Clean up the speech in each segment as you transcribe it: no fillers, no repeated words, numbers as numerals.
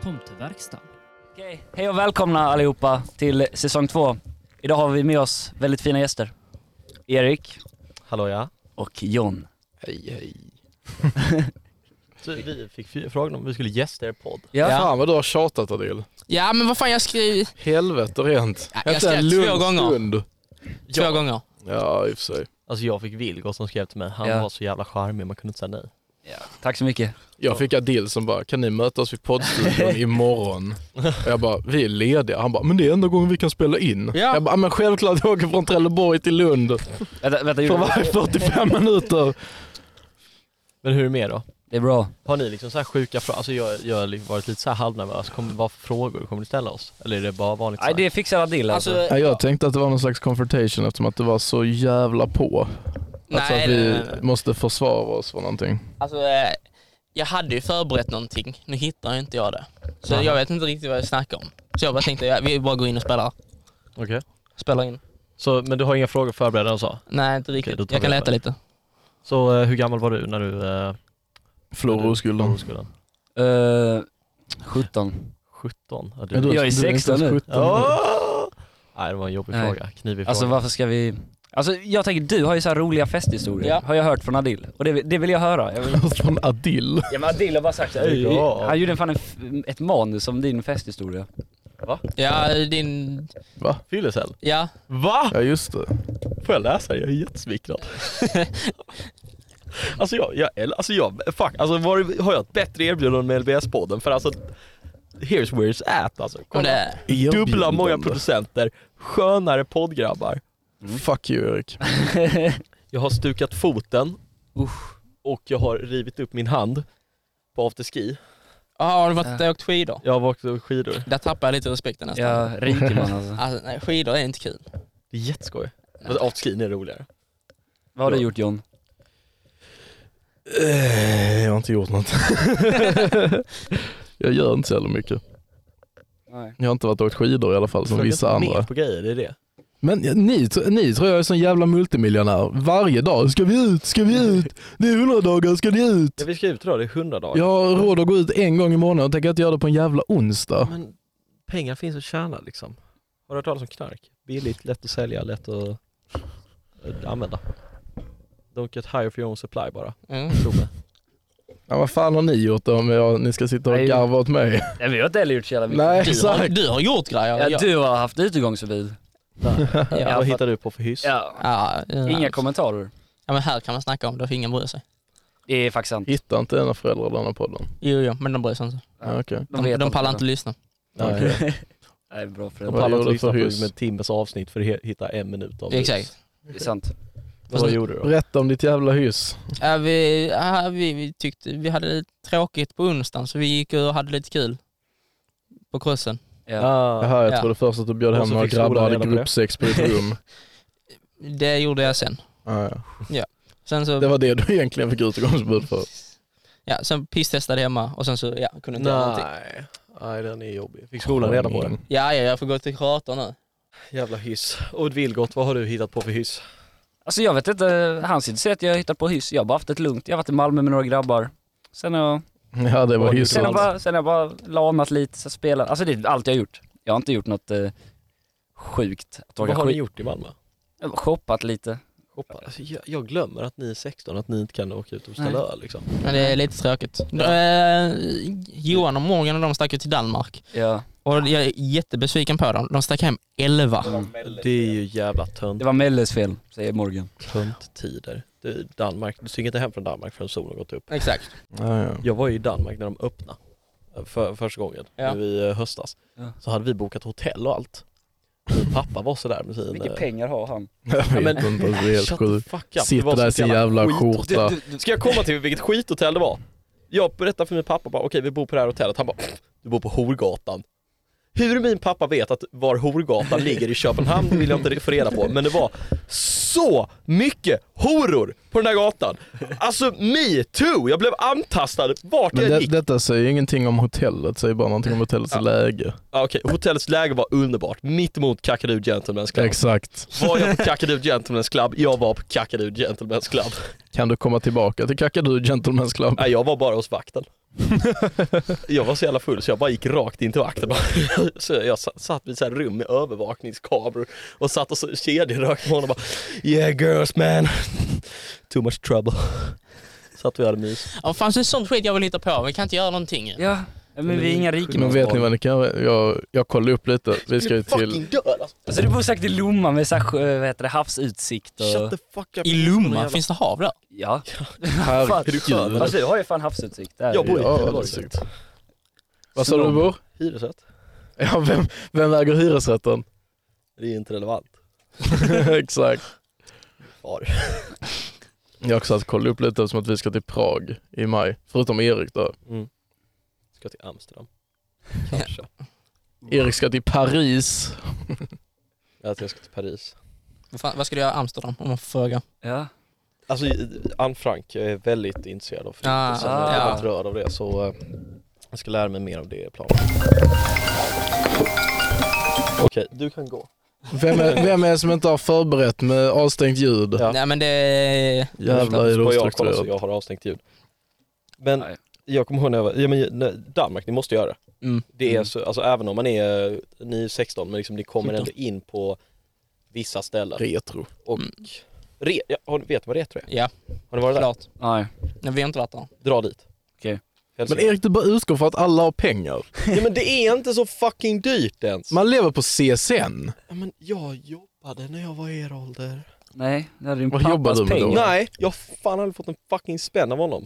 Tomteverkstan. Okej, hej och välkomna allihopa till säsong 2. Idag har vi med oss väldigt fina gäster. Erik. Hallå ja. Och John. Hej. Så vi fick frågan om vi skulle gästa er podd. Ja. Fan vad du har tjatat, Adil. Ja, men vad fan, jag skrev... Helvete rent. Ja, jag skrev 2 gånger. Stund. 2 gånger. Ja, i och för sig. Alltså jag fick Vilgot som skrev till mig. Han var så jävla charmig, man kunde inte säga nej. Ja. Tack så mycket. Jag fick Adil som bara, kan ni mötas vid poddstudion imorgon? Och jag bara, vi är lediga. Han bara, men det är enda gången vi kan spela in. Ja. Jag bara, men självklart jag åker från Trelleborg till Lund. Vänta, För varje 45 minuter. Men hur är det med då? det är bra. Har ni liksom så här sjuka frågor? Alltså jag har varit lite så här halvnervös. Vad för frågor kommer ni ställa oss? Eller är det bara vanligt Nej, det fixar Adil alltså. Ja, jag tänkte att det var någon slags confrontation eftersom att det var så jävla på. Alltså att vi måste försvara oss för någonting. Alltså, jag hade ju förberett någonting. Nu hittar inte jag det. Så jag vet inte riktigt vad jag snackar om. Så jag bara tänkte, vi bara går in och spelar. Okej. Spelar in. Så, men du har inga frågor förberedda och så? Nej, inte riktigt. Okej, då tar jag kan vi leta det. lite. Så hur gammal var du när du... Förlorade oskulden. 17. 17? Ja, Ja, du- Jag är 16 nu. 17. Nej, det var en jobbig Nej. fråga. Knivig Alltså fråga. varför ska vi... Alltså jag tänker, du har ju så här roliga festhistorier. Ja. Har jag hört från Adil. Och det vill jag höra. Från Adil. Ja, men Adil har bara sagt så här, Ja. han gjorde fan ett manus om din festhistoria. Ja, din... Va? Fyllecell? Ja. Va? Ja, just det. Får jag läsa? Jag är jättesmickrad. Alltså har jag ett bättre erbjudande med LBS-podden? För alltså, here's where it's at alltså. Och det, Dubbla många producenter, skönare poddgrabbar. Fuck you, Erik. Jag har stukat foten och jag har rivit upp min hand på afterski. har du varit och åkt skidor? Jag har åkt skidor. Där tappar jag lite respekten nästan. Ja, rikeman alltså. Alltså, nej, skidor är inte kul. Det är jätteskoj. Men afterskin är roligare. Vad har du gjort, John? Jag har inte gjort något. Jag gör inte så jävla mycket. Nej. Jag har inte varit och åkt skidor i alla fall som Följer vissa inte andra. med på grejer, det är det. Men ni tror jag är sån jävla multimiljonär. Varje dag, ska vi ut? Det är 100 dagar, ska ni ut? Ja, vi ska ut idag, det är 100 dagar. Jag har råd att gå ut en gång i månaden och tänker att göra det på en jävla onsdag. Men pengar finns att tjäna liksom. Har du hört talas om knark? Billigt, lätt att sälja, lätt att använda. Don't get higher for your own supply bara. Tro mig. Ja, vad fan har ni gjort då om ni ska sitta och Nej. garva åt mig? Nej, vi har inte heller gjort så jävla mycket. Nej, Du exakt. har gjort grejer. Ja, du har haft utegångsförbud. Ja, vad hittar du på för hyss? Ja. Ja, Inga kommentarer. Ja, men här kan man snacka om det, för ingen bryr sig. Det är faktiskt sant. Hittar inte dina föräldrar den här podden? Jo, men de bryr sig inte. Ja, okej. De pallar inte lyssna. Nej, Nej, bra för de Vad pallar gjorde inte du för lyssna på hyss? med timmes avsnitt för att hitta 1 minut av hyss. Exakt. Det är sant. Vad gjorde du då? Berätta om ditt jävla hyss. Ja, vi tyckte vi hade det tråkigt på onsdagen, så vi gick och hade lite kul på crossen. Ja. Jaha, jag Ja. trodde först att du bjöd Och hem så några fick skolan grabbar reda hade på det. gruppsex på ditt rum. Det gjorde jag sen. Ja. Sen så Det var det du egentligen fick utegångsförbud för. sen pisstestade hemma och sen så kunde inte göra någonting. Nej, den är jobbig. Fick skolan reda på det? Ja, jag får gå till kurator nu. Jävla hyss. Och Vilgot, vad har du hittat på för hyss? Alltså jag vet inte, han sitter sig att jag har hittat på hyss. Jag har bara haft ett lugnt. Jag har varit i Malmö med några grabbar. Sen har Ja, det var hyss. sen har jag bara lanat lite, så spelat. Alltså det är allt jag har gjort. Jag har inte gjort något sjukt. Vad har ni gjort i Malmö? Jag har shoppat lite. Alltså, jag glömmer att ni är 16, att ni inte kan åka ut och ställa öl liksom. Men det är lite tråkigt. Johan och Morgan och de stack ju till Danmark. Ja. Och jag är jättebesviken på dem. De stack hem 11. Det är ju jävla tönt. Det var Melles fel, säger Morgan. Tönt-tider. Det är Danmark. Du stiger inte hem från Danmark förrän solen gått upp. Exakt. Ja. Jag var ju i Danmark när de öppnade första gången, Ja. nu i höstas. Ja. Så hade vi bokat hotell och allt. Min pappa var så där med sin... Mycket pengar har han? Jag vet inte, det är helt Shut the sjukt. fuck up. Det Sitter var där i så sin jävla skjorta. Ska jag komma till vilket skithotell det var? Jag berättade för min pappa bara, okej, vi bor på det här hotellet. Han bara, du bor på Horgatan. Hur min pappa vet att var Horgatan ligger i Köpenhamn vill jag inte få reda på. Men det var så mycket horor på den här gatan. Alltså, me too! Jag blev antastad vart Men jag gick. detta säger ingenting om hotellet, säger bara någonting om hotellets läge. Okej, hotellets läge var underbart. Mitt emot Kakadu Gentlemen's Club. Exakt. Var jag på Kakadu Gentlemen's Club? Jag var på Kakadu Gentlemen's Club. Kan du komma tillbaka till Kakadu Gentlemen's Club? Nej, jag var bara hos vakten. Jag var så jävla full så jag bara gick rakt in till vakten. Så jag satt vid så här rum med övervakningskameror och satt och så kedjerökte med honom och bara yeah girls man, too much trouble. Så att vi hade mys. Ja, fanns det sånt skit jag vill hitta på? Vi kan inte göra någonting. Ja, men vi är inga rika. Men vet ni vad ni kan göra? Jag kollar upp lite. Vi ska ju till... Fucking död alltså. Alltså du bor säkert i Lomma med så här, vad heter det, havsutsikt och... Shut the fuck up. I Lomma, finns det hav där? Ja. Herregud. Fast du har ju fan havsutsikt där. Jag bor i Ja, Trelleborg. utsikt. Vad sa du bor? Hyresrätt. Ja, vem äger hyresrätten? Det är inte relevant. Exakt. Far. Jag har också kollat upp lite som att vi ska till Prag i maj. Förutom Erik då. Ska till Amsterdam. Kanske. Erik ska till Paris. Jag ska till Paris. Vad ska du göra i Amsterdam om man får fråga? Ja. Alltså Anne Frank, jag är väldigt intresserad av flyget. Ah, Sen är jag ja. väldigt rörd av det så jag ska lära mig mer av det planen. Okej, du kan gå. Vem är det som inte har förberett med avstängt ljud? Ja. Nej men det... Jävlar är det jag ostrukturerat. jag har avstängt ljud. Men Nej. jag kommer ihåg när jag var, Danmark, ni måste göra det. Mm. Det är så, alltså även om man är, ni är 16 men liksom ni kommer ändå in på vissa ställen. Retro. Och vet du vad retro är? Ja, Har ni varit där? klart. Nej. Nej, vi har inte varit där. Dra dit. Okej. Hälsa. Men Erik, du bara utgår för att alla har pengar. Ja men det är inte så fucking dyrt ens. Man lever på CSN. Ja, men jag jobbade när jag var i er ålder. Nej, det hade din Vad jobbar pappas du med då? pengar. Nej, jag har fan aldrig fått en fucking spänn av honom.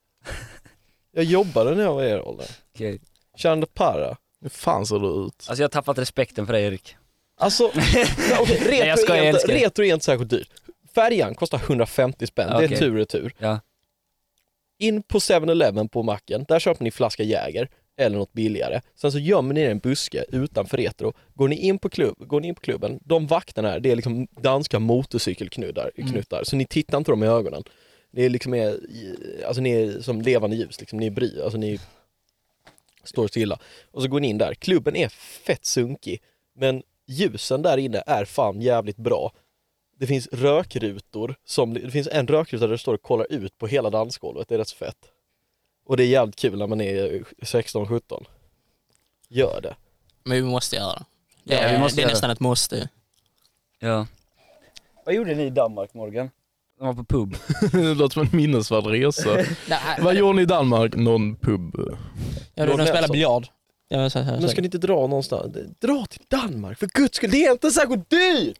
Jag jobbade när jag var i er ålder. Okej. Tjänade para. Hur fan ser du ut? Alltså jag har tappat respekten för dig Erik. Alltså, okay, jag skojar, jag älskar det. retro är inte särskilt dyrt. Färjan kostar 150 spänn, det Okej. är tur och retur. Ja. In på 7-Eleven på macken, där köper ni flaska Jäger eller något billigare. Sen så gömmer ni er i en buske utanför retro. Går ni in på klubben, de vakterna här, det är liksom danska motorcykelknuttar. Så ni tittar inte dem i ögonen. Det är liksom alltså ni är som levande ljus, liksom, ni är bry, alltså ni står stilla. Och så går ni in där. Klubben är fett sunkig, men ljusen där inne är fan jävligt bra. Det finns rökrutor, det finns en rökruta där det står och kollar ut på hela dansgolvet, det är rätt så fett. Och det är jävligt kul när man är 16-17. Gör det. Men vi måste göra det. Ja, vi måste det är göra nästan ett måste. Ja. Vad gjorde ni i Danmark, Morgan? De var på pub. Det låter som en minnesvärd resa. Vad gjorde ni i Danmark? Någon pub? Ja, de spelar biljard. Men ska ni inte dra någonstans? Dra till Danmark, för guds skull, det är inte särskilt dyrt!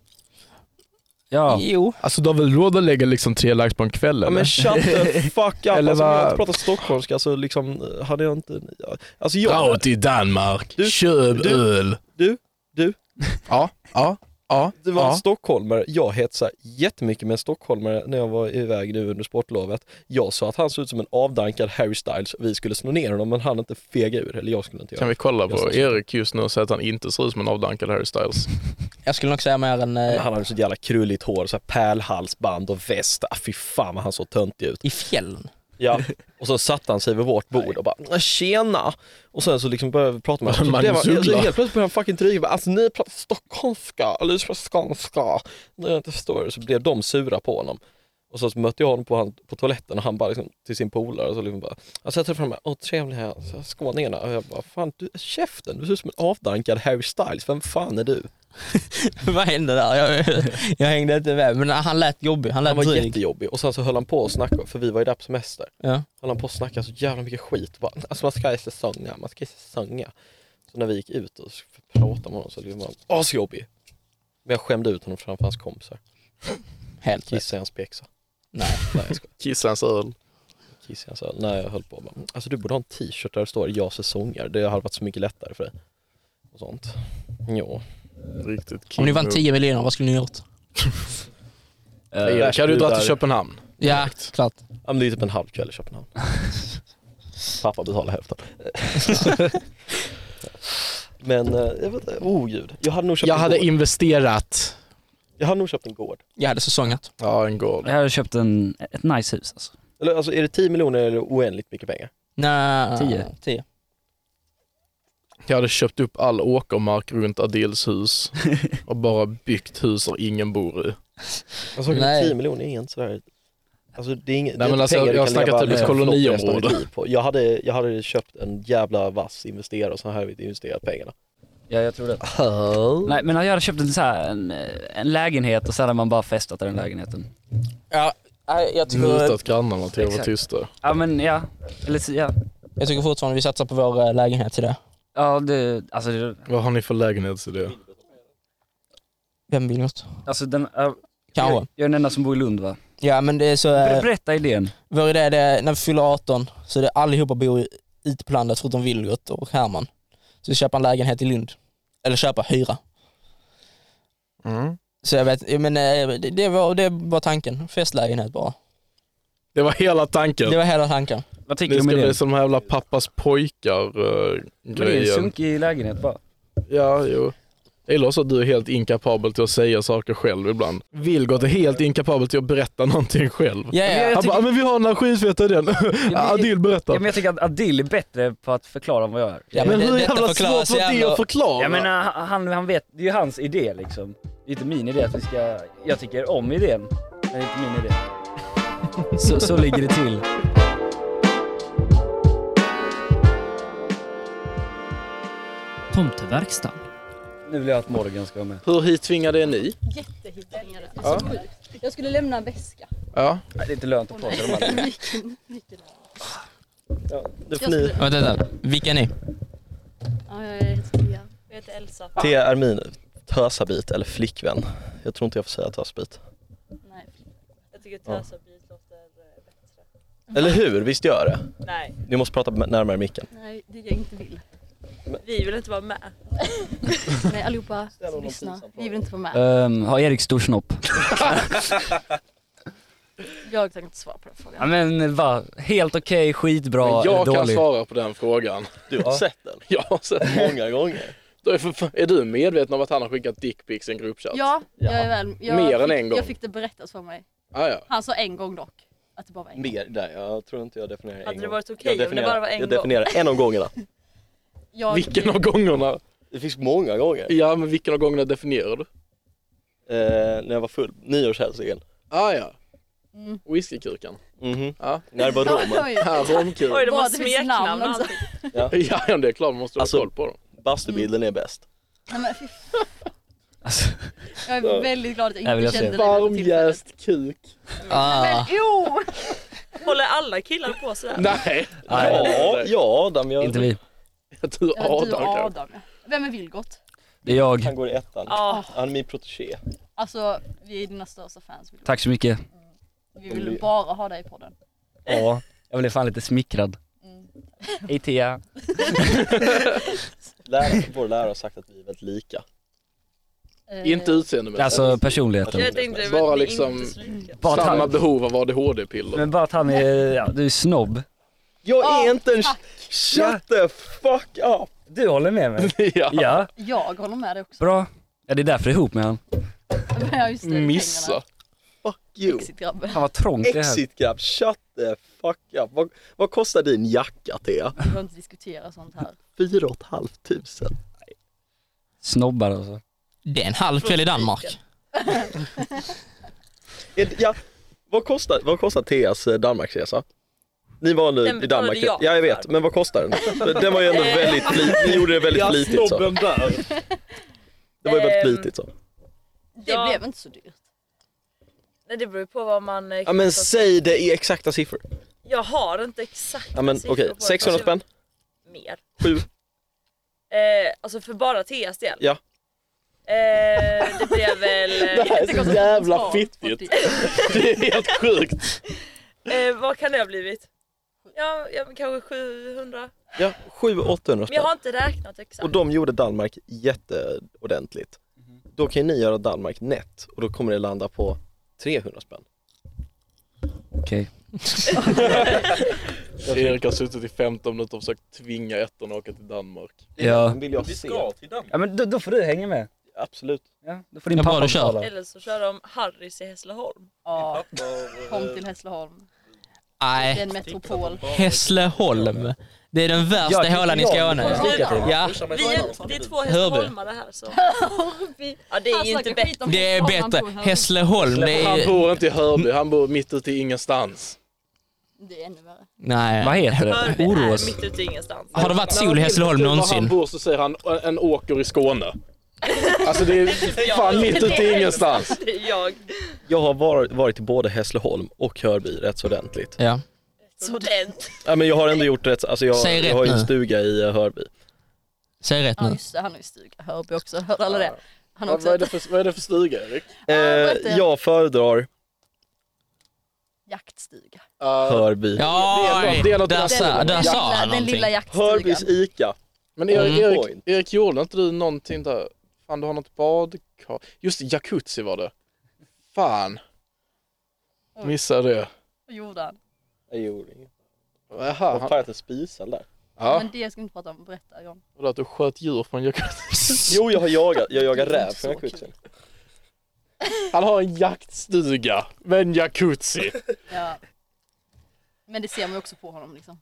Ja. Jo. Alltså du har väl råd att lägga liksom 3 lax på en kväll eller? Ja men shut the fuck up, Eller alltså, om jag vad- inte pratar stockholmska så liksom hade jag inte... Alltså Dra jag... till Danmark, Du- köp du- öl. Du? Ja. Det var en stockholmare, jag hetsade jättemycket med en stockholmare när jag var iväg nu under sportlovet. Jag sa att han såg ut som en avdankad Harry Styles, vi skulle slå ner honom men han inte fega ur, eller jag skulle inte göra Kan vi kolla Jag på sa så. Erik just nu och säga att han inte ser ut som en avdankad Harry Styles? Jag skulle nog säga mer än Men han hade så jävla krulligt hår, så här pärlhalsband och väst. Fy fan vad han så töntig ut. i fjällen. Ja, och så satt han sig vid vårt bord och bara tjena. Och sen så liksom började vi prata med honom. Magnus Så Uggla. helt plötsligt började han fucking dryga. Alltså ni pratar stockholmska, eller du skånska. När jag inte förstår det så blev de sura på honom. Och så mötte jag honom på toaletten och han bara liksom, till sin polare och så liksom bara, alltså jag träffade fram trevliga skåningarna och jag bara, fan du, käften, du ser ut som en avdankad Harry Styles, vem fan är du? Vad hände där? Jag hängde inte med, men han lät jobbig, han Han lät var dryg. jättejobbig och sen så höll han på att snacka, för vi var ju där på semester. Ja. Höll han på att snacka så jävla mycket skit. Bara, alltså man ska ju säsonga. Så när vi gick ut och pratade med honom så blev man asjobbig. Men jag skämde ut honom framför hans kompisar. Helt rätt. Kissade i hans pjäxa. Nej. Nej jag skojar. Kissa hans öl. Kissade i hans öl. Nej jag höll på bara, alltså du borde ha en t-shirt där det står jag säsongar. Det hade varit så mycket lättare för dig. Och sånt. Jo. Riktigt Om ni vann king. 10 miljoner, vad skulle ni gjort? Erik, hade du dragit till Köpenhamn? Ja, klart. Ja men det är typ en halv kväll i Köpenhamn. Pappa betalar hälften. Men jag vet inte, gud. Jag hade nog köpt Jag en hade gård. investerat. Jag hade nog köpt en gård. Jag hade säsongat. Ja, en gård. Jag hade köpt ett nice hus alltså. Eller alltså är det 10 miljoner eller oändligt mycket pengar? Nej, 10. Jag hade köpt upp all åkermark runt Adils hus och bara byggt hus där ingen bor i. Alltså Nej. 10 miljoner är inte sådär. Alltså det är inget, Nej, men alltså, pengar du jag kan snackar leva typ ett liksom koloniområde. resten av ditt liv på. Jag hade köpt en jävla vass investerare och så här hade vi investerat pengarna. Ja, jag tror det. Nej, men jag hade köpt en lägenhet och sen hade man bara festat i den lägenheten. Ja, jag tycker, Mutat grannarna till att vara Exakt. tysta. Ja, men ja. Eller, ja. jag tycker fortfarande vi satsar på vår lägenhet till det. Ja, det, alltså, det, Vad har ni för lägenhetsidé? Vem vill något? alltså den, Kanske. jag är den enda som bor i Lund, va? Ja, men det är så... Berätta idén. Vår idé är det, när vi fyller 18 så är det allihopa bor ute på landet förutom Vilgot och Herman. Så vi köper en lägenhet i Lund. Eller hyra. Så jag vet, men det var tanken. Festlägenhet bara. Det var hela tanken. Det var hela tanken. Vad tycker Det du om ska idén? bli som de här jävla pappas pojkar Men det är en grejen. sunkig lägenhet bara. Ja, jo. Eller så att du är helt inkapabel till att säga saker själv ibland. Vilgot är helt inkapabel till att berätta någonting själv. Ja, ja. Han bara, men vi har en skitsveta den. Adil berättar. Ja, men jag tycker att Adil är bättre på att förklara vad jag är. Ja, men hur detta jävla förklaras svårt var det jävla- att förklara? Jag menar, han vet, det är ju hans idé liksom. Det är inte min idé att vi ska, jag tycker om idén, men det är inte min idé. Så ligger det till. Tomteverkstan. Nu vill jag att Morgan ska vara med. Hur hittvingade är ni? Jättehittvingade. Alltså sjukt. Jag skulle lämna en väska. Ja. Nej, det är inte lönt att prata om det. Mycket där. Ja, det får ni. Vänta, vilka är ni? Ja, jag är Tia. Jag heter Elsa. Tia är min tösabit eller flickvän. Jag tror inte jag får säga tösabit. Nej. Jag tycker tösabit låter bättre. Eller hur? Visst gör det? Nej, Ni måste prata närmare micken. Nej, det är jag inte vill. vi vill inte vara med. Nej, allihopa som lyssnar. Vi vill inte vara med. Har Erik stor snopp? Jag tänker inte svara på den frågan. Ja, men va, helt okej, skitbra, Men jag kan dålig. svara på den frågan. Du har sett den? Jag har sett. Många gånger. Då är du medveten om att han har skickat dickpics i en gruppchatt? Ja, jag är väl. Mer än en gång. Jag fick det berättat för mig. Ah, ja. Han sa en gång dock. Att det bara var en gång. Mer där, jag tror inte jag definierar en Hade det gång. varit okej om det bara var en Jag gång? definierar en av gångerna. Vilken av gångerna? Det finns många gånger. Ja, men vilken av gångerna definierar du? När jag var full, nyårshälsningen. Ah, ja. Mm. Whiskykukan. Ja, när det var romen. Oj, Här, bombkul. Oj, de Bara har att det finns namn smeknamn och också. allting. Ja, det är klart, man måste ha Alltså- koll på dem. Bastubilden är bäst. Nej, men fy Alltså, Jag är väldigt glad att jag Jag vill inte se. kände dig vid det tillfället. Varmjäst kuk. Ah. Jo! Håller alla killar på sådär? Nej. Ja, Adam, jag inte vi. Du Ja, du och Adam kanske. Adam. Vem är Vilgot? Det är jag. Han går i ettan. Ja. Han är min protégé. Alltså, vi är dina största fans. Vilgot. Tack så mycket. Vi vill bara ha dig i podden. Ja, jag blev fan lite smickrad. Hej Tia. Vår lärare har sagt att vi är väldigt lika. Inte utseendemässigt. Alltså personligheten. Jag tänkte Bara att ni liksom- inte slukar. Bara att Samma han, behov av ADHD-piller. men bara att han är, ja, du är snobb. Jag är inte en... tack. Shut the fuck up! Du håller med mig? Ja. Ja, Jag håller med dig också. bra. Ja, det är därför jag är ihop med han. Ja, just det, Missa. Fuck you. Exit-grabbe. Han var trångt det här. Exit-grabb, shut the fuck up. Vad kostar din jacka, Thea? Vi behöver inte diskutera sånt här. 4 500. Snobbar alltså. Det är en halv kväll i Danmark. Ja, vad kostar Theas Danmarksresa? Ni var nu Den i betalade Danmark. jag Ja, jag vet. för. Men vad kostar den? Den var ju ändå väldigt flitigt. Ni gjorde det väldigt flitigt så. där. Det var ju väldigt flitigt så. Det Ja. blev inte så dyrt. Nej, det beror ju på vad man... Ja, men säg det i exakta siffror. Jag har inte exakt Ja, men siffror okej. på det. 600 spänn? Mer. 7? Alltså för bara Theas del? Ja. Det blev väl... Det här är så jävla fittigt. Det är helt sjukt. Vad kan det ha blivit? Ja, men kanske 700. Ja, 700-800 Men jag spänn. har inte räknat exakt. Och de gjorde Danmark jätteordentligt. Då kan ni göra Danmark nätt och då kommer det landa på 300 spänn. Okej. Erik har suttit i 15 minuter och försökt tvinga ettan att åka till Danmark. Ja. Vill jag se. till Danmark. Ja, men då får du hänga med. Absolut. Ja, då får din Ja, bara pappa du kör. betala. Eller så kör de Harrys i Hässleholm. Ja, kom till Hässleholm. Det är Nej, en metropol. Hässleholm. Det är den värsta hålan i Skåne. Ja, Det är 2 hästholmare här så. Ja, det är ju inte bättre. det är bättre. Hässleholm, det Han är... bor inte i Hörby, han bor mitt ute i ingenstans. Det är ännu värre. Nej. Vad heter det? Hörby är Oros. mitt ute i ingenstans. Har det varit sol i Hässleholm Var han någonsin? bor så säger han en åker i Skåne. Alltså det är fan mitt ute i ingenstans. Det är jag. Jag har varit i både Hässleholm och Hörby rätt så ordentligt. Ja. Student. Ja, men jag har ändå gjort rätt, alltså Säg rätt jag har ju en nu. stuga i Hörby. Säg rätt Ja nu. just det, han har ju stuga. Hörby också, hörde alla det? Han har också Vad är det för stuga, Erik? berätta. Jag föredrar jaktstuga. Hörby. Ja, det är något där sa han Den någonting. lilla jaktstugan. Hörbys Ica. Men Mm. Erik gjorde inte du någonting där? Fan, du har något badkar. Just det, jacuzzi var det. Fan. Missade det. Vad gjorde han? Jag gjorde inget. Jag Jaha, har färgat en spisal där. ja. Men det ska vi inte prata om, berätta John. Vadå, att du sköt djur från jacuzzi? Jo, jag jagar räv från jacuzzin. Han har en jaktstuga med en jacuzzi. Ja. Men det ser man ju också på honom liksom.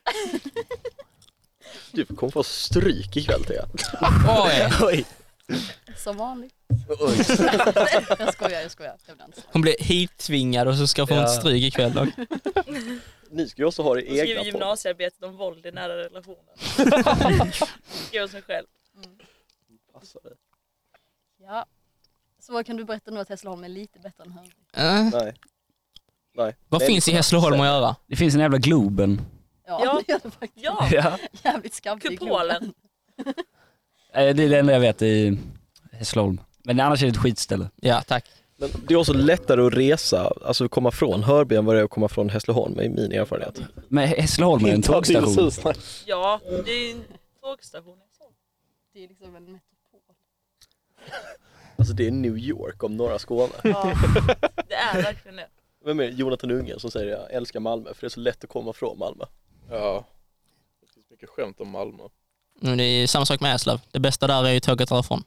Du kommer få stryk ikväll till jag. Oj, Som vanligt. Oj. Jag skojar. Det blir inte så. hon blir hittvingad och så ska få en stryk ikväll då. Ni ska ju också ha det Hon skriver egna på. gymnasiearbetet om våld i nära relationer. Skriver sig själv. Passar det. Ja. Så vad kan du berätta nu att Hässleholm är lite bättre än Hörby? Nej. Vad Nej, finns i Hässleholm att göra? Det finns en jävla Globen. Ja, det gör det faktiskt. Ja, Ja. Jävligt skabbig i kupolen. Det är det enda jag vet i Hässleholm. Men annars är det ett skitställe. Ja, tack. Men det är också lättare att resa, alltså komma från Hörby än vad det är att komma från Hässleholm, är min erfarenhet. Men Hässleholm är en tågstation. Ja, det är en tågstation. Det är liksom en metropol. Alltså det är New York om norra Skåne. Ja, det är verkligen det. Vem är Jonathan Unge som säger jag älskar Malmö för det är så lätt att komma från Malmö. Ja. Det finns mycket skämt om Malmö. Det är samma sak med Eslöv. Det bästa där är ju tåget därifrån.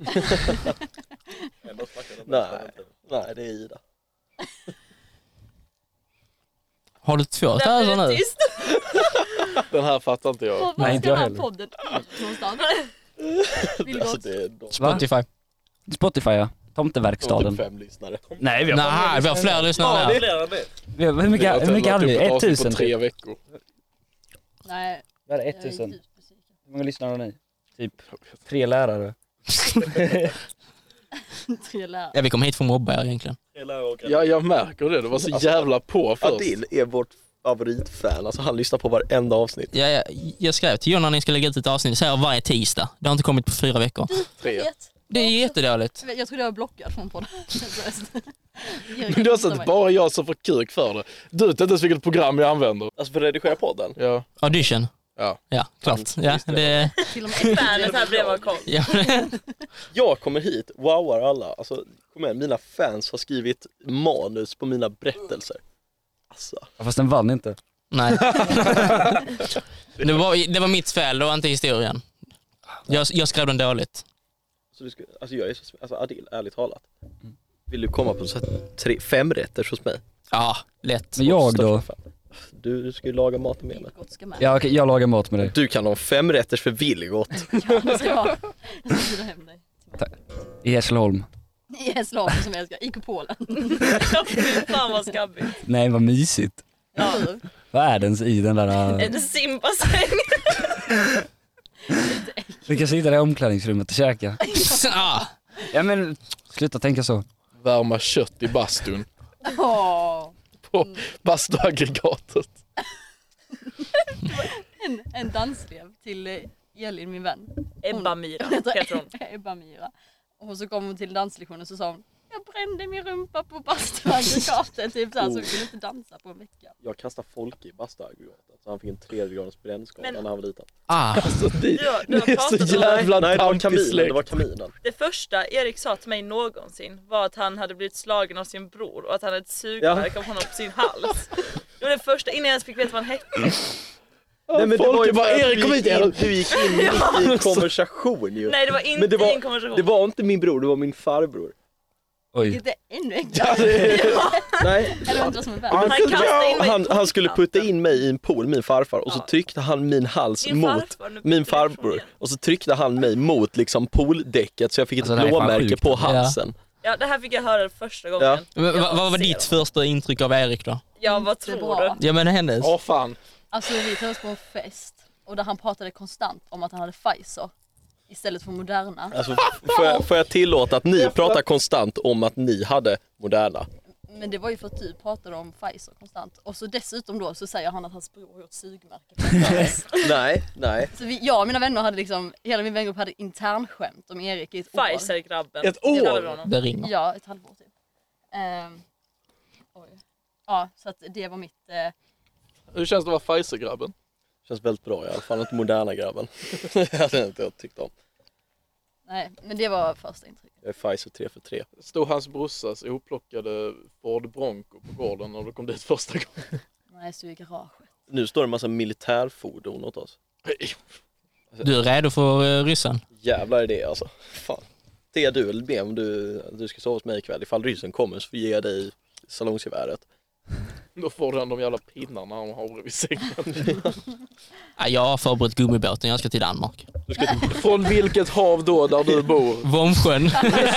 Nej, det är Ida. Har du 2 Där täser blir det nu? tyst. Den här fattar inte jag. Nej, inte jag Var ska den heller. här podden ut någonstans? Alltså det är de Spotify. Spotify, ja. Tomteverkstaden. 5 lyssnare. Nej, vi har Nej, vi har fler lyssnare där. hur mycket hade vi? 1000? på 3 veckor. Nej, Vad är det? jag är 1000? djupt besviken. Hur många lyssnare har ni? Typ 3 lärare. 3 lärare. Ja, vi kom hit för att mobba er egentligen. Ja, jag märker det. Det var så jävla på först. Adil är vårt favoritfan, alltså han lyssnar på varenda avsnitt. Ja, jag skrev till John när ni ska lägga ut ett avsnitt. Det säger varje tisdag. Det har inte kommit på 4 veckor. 3. Det är jättedåligt. Jag trodde jag var blockad från podden. Men du har sett bara jag som får kuk för det. Du vet inte ens vilket program jag använder. Alltså för att redigera podden. Ja. Audition. Ja. Ja, klart. Ja, det... Till och med Fanet här blev vad koll. Ja. Jag kommer hit, wowar alla. Alltså, kom igen, mina fans har skrivit manus på mina berättelser. Alltså. Ja, fast den vann inte. Nej. Det var mitt fel, det var inte historien. Jag skrev den dåligt. Så du ska, alltså jag är så, alltså Adil, ärligt talat. Vill du komma på 5 rätter hos mig? Ja, lätt. Men jag då? Du ska ju laga mat med mig. Vilgot ska med. Ja, okej, jag lagar mat med dig. Du kan ha 5 rätters för Vilgot. Ja, det ska vara. Jag ska bjuda hem dig. I Hässleholm. I Hässleholm som jag älskar. I kupolen. Fan vad skabbigt. Nej, vad mysigt. Ja. Vad är den i den där... En simbassäng. Vi kan sitta där i omklädningsrummet och käka. Ah, Ja, men sluta tänka så. Värma kött i bastun. Åh. På bastuaggregatet. En danslev till Elin, min vän. Ebba Myra Hon heter heter hon. Ebba Myra. Och så kom hon till danslektionen och så sa hon: jag brände min rumpa på bastuaggregatet. Typ så här, så vi kunde inte dansa på en vecka. Jag kastade folk i bastuaggregatet. Så han fick en 3:e graders brännskada när han var liten. Alltså det Du har är pratat så om jävla Nej, det var dampig kaminen. släkt. Det var kaminen. det första Erik sa till mig någonsin var att han hade blivit slagen av sin bror och att han hade ett sugverk av honom på sin hals. Det var det första, innan jag ens fick veta vad han hette. Nej, men folk ju bara, för att Erik, kom hit igen. Du gick in mitt i en konversation ju. Nej, det var inte Men det var, en konversation. det var inte min bror, det var min farbror. Oj. Vilket är ännu enklare. Nej. Eller undrar som är värd. Han skulle putta in mig i en pool, min farfar, och så tryckte han min hals mot min farbror. Och så tryckte han mig mot liksom pooldäcket så jag fick ett blåmärke på halsen. Ja, det här fick jag höra första gången. Ja. Vad var ditt första intryck av Erik då? Ja, vad tror du? Ja, men hennes. Åh fan. Alltså vi träffades på en fest och där han pratade konstant om att han hade Pfizer istället för Moderna. Alltså, får jag tillåta att ni pratar konstant om att ni hade Moderna? Men det var ju för att du pratade om Pfizer konstant. Och så dessutom då så säger han att hans bror har gjort sugmärke på en fest. Nej. Så jag och mina vänner hade liksom, hela min vängrupp hade internskämt om Erik i ett år. Pfizer-grabben. Ett år? Det ringer. Ja, ett halvår typ. Oj. Ja, så att det var mitt... Hur känns det att vara Pfizer-grabben? Känns väldigt bra i alla fall, inte Moderna grabben. Jag hade inte tyckt om. Nej, men det var första intryck. Jag är Pfizer 3 för 3. Stod hans brorsas ihopplockade Ford Bronco på gården när du kom dit första gången? Nej, jag stod i garaget. Nu står det en massa militärfordon åt oss. Du är redo för ryssen? Jävlar är det alltså. Fan. Det är du eller be om du ska sova hos mig ikväll. Ifall ryssen kommer så får jag ge dig salongsgeväret. Då får du de jävla pinnarna han har bredvid sängen. Ja, jag har förberett gummibåten, jag ska till Danmark. Från vilket hav då där du bor? Vomsjön.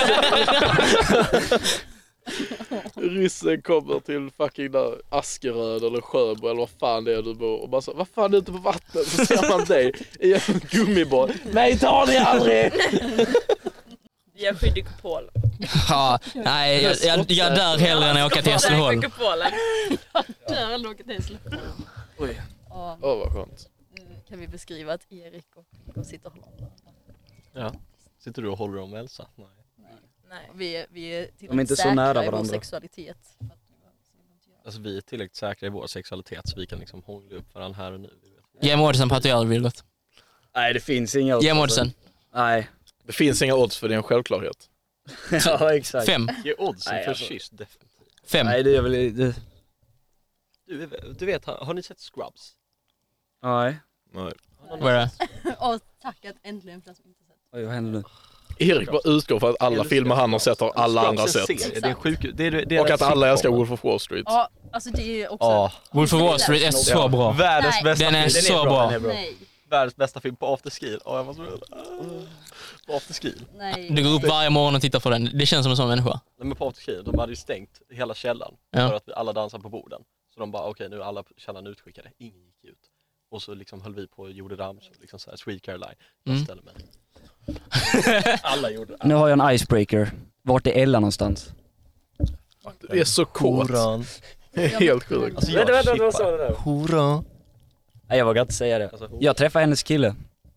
Ryssen kommer till fucking där Askeröd eller Sjöbo eller vad fan det är du bor och bara så, vad fan är ute på vattnet? Så ser man dig i en gummibåt. Nej, tar ni aldrig! Jag skydd i kupolen. Ja, nej, jag dör hellre än att åka till Hässleholm. Jag dör eller åka till Hässleholm. Oj. Åh, Vad skönt. nu kan vi beskriva att Erik och sitter och håller om. Ja. Sitter du och håller om Elsa? Nej. Nej. Vi är De är inte tillräckligt så nära säkra i vår varandra. sexualitet. Alltså vi är tillräckligt säkra i vår sexualitet så vi kan liksom hångla upp varandra här och nu. Ge mig oddsen på att du gör det, Vilgot. Nej, det finns inga odds. Ge mig oddsen. Nej. Det finns inga odds för det är en självklarhet. Ja, exakt. 5. Ge oddsen Nej, för alltså. kyss, definitivt. 5. Nej, det är väl... Det... Du vet, har ni sett Scrubs? Nej. Nej. Vad är det? Och tack att äntligen för som inte sett. Oj, vad händer nu? Erik bara utgår för att alla filmer han har sett har alla andra sett. Det är sjuk... Det är Och att alla älskar Wolf of Wall Street. Ja, alltså det är också... Ja. Wolf of Wall Street är så bra. Världens Nej. bästa Den är film. så bra. Nej, Världens bästa film på afterski. Jag var så på afterski. nej. Du går upp varje morgon och tittar på den. Det känns som en sån människa. Men på afterski, de hade ju stängt hela källan Ja. för att vi alla dansar på borden. Så de bara, okej, nu är alla källan utskickade. Ingen gick ut. Och så liksom höll vi på och gjorde Ramsey, liksom så här, Sweet Caroline. Jag Mm. ställde mig. Alla gjorde det. Nu har jag en icebreaker. Vart är Ella någonstans? Det är så kort. Horan. Helt sjukt. Alltså jag vad chippar. sa du där? Horan. Nej, jag vågar inte säga det. Alltså, Jag träffade hennes kille.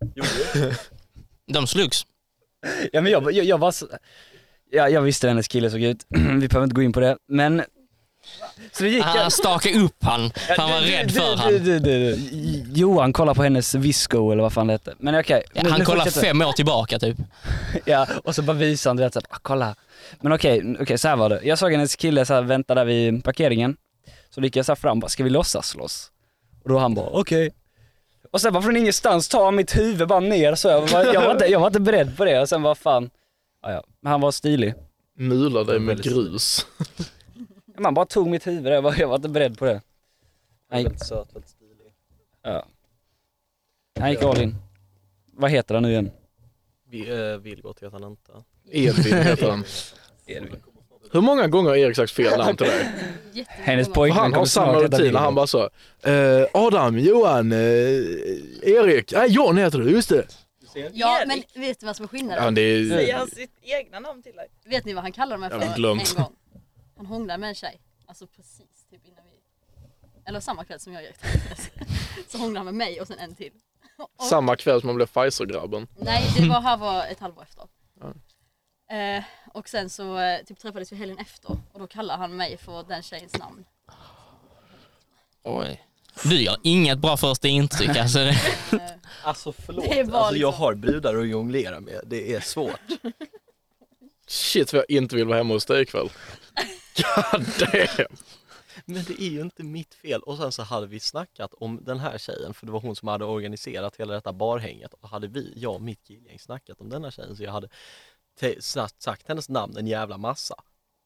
De slugs. Ja, men jag var så... Ja, jag visste hennes kille såg ut. Vi behöver inte gå in på det. Men... Så det gick Han stakade upp han. Han var rädd för han. Johan kollar på hennes visco eller vad fan det heter. Men okej. Ja, han kollar 5 år tillbaka typ. Ja, och så bara visade han, du vet, så här, kolla. Men okej, så här var det. Jag såg hennes kille så här, vänta där vid parkeringen. Så gick jag så här fram, bara, ska vi låtsas slåss? Och då han bara, okej. Och sen bara från ingenstans tar mitt huvud bara ner så jag var inte beredd på det. Och sen var fan, ja. Men han var stilig. Mula dig med grus. Man bara tog mitt huvud, jag var inte beredd på det. Väldigt söt, väldigt stilig. Ja. Han gick all in. Vad heter han nu igen? Vilgot heter han inte. Edvin heter han. Hur många gånger har Erik sagt fel namn till dig? Hennes pojkvän Han har kommer samma snart heta rutin när han bara så Adam, Johan, Erik, John heter du, just det. Ja, men vet du vad som är Ja, skillnaden? det är... Säger han sitt egna namn till dig? Vet ni vad han kallar mig Jag har för glömt. en gång? Han hånglade med en tjej. Alltså precis typ innan vi... Eller samma kväll som jag gick. Så hånglade han med mig och sen en till. Samma kväll som man blev Pfizer-grabben. Nej, det var ett halvår efter. Ja. Och sen så typ träffades vi helgen efter. Och då kallade han mig för den tjejens namn. Oj. Du gör inget bra första intryck alltså. Alltså förlåt, Det var alltså, jag liksom- har brudar att jonglera med. Det är svårt. Shit vad jag inte vill vara hemma hos dig ikväll. God damn. Men det är ju inte mitt fel. Och sen så hade vi snackat om den här tjejen. För det var hon som hade organiserat hela detta barhänget. Och hade jag och mitt killgäng snackat om den här tjejen. Så jag hade sagt hennes namn en jävla massa.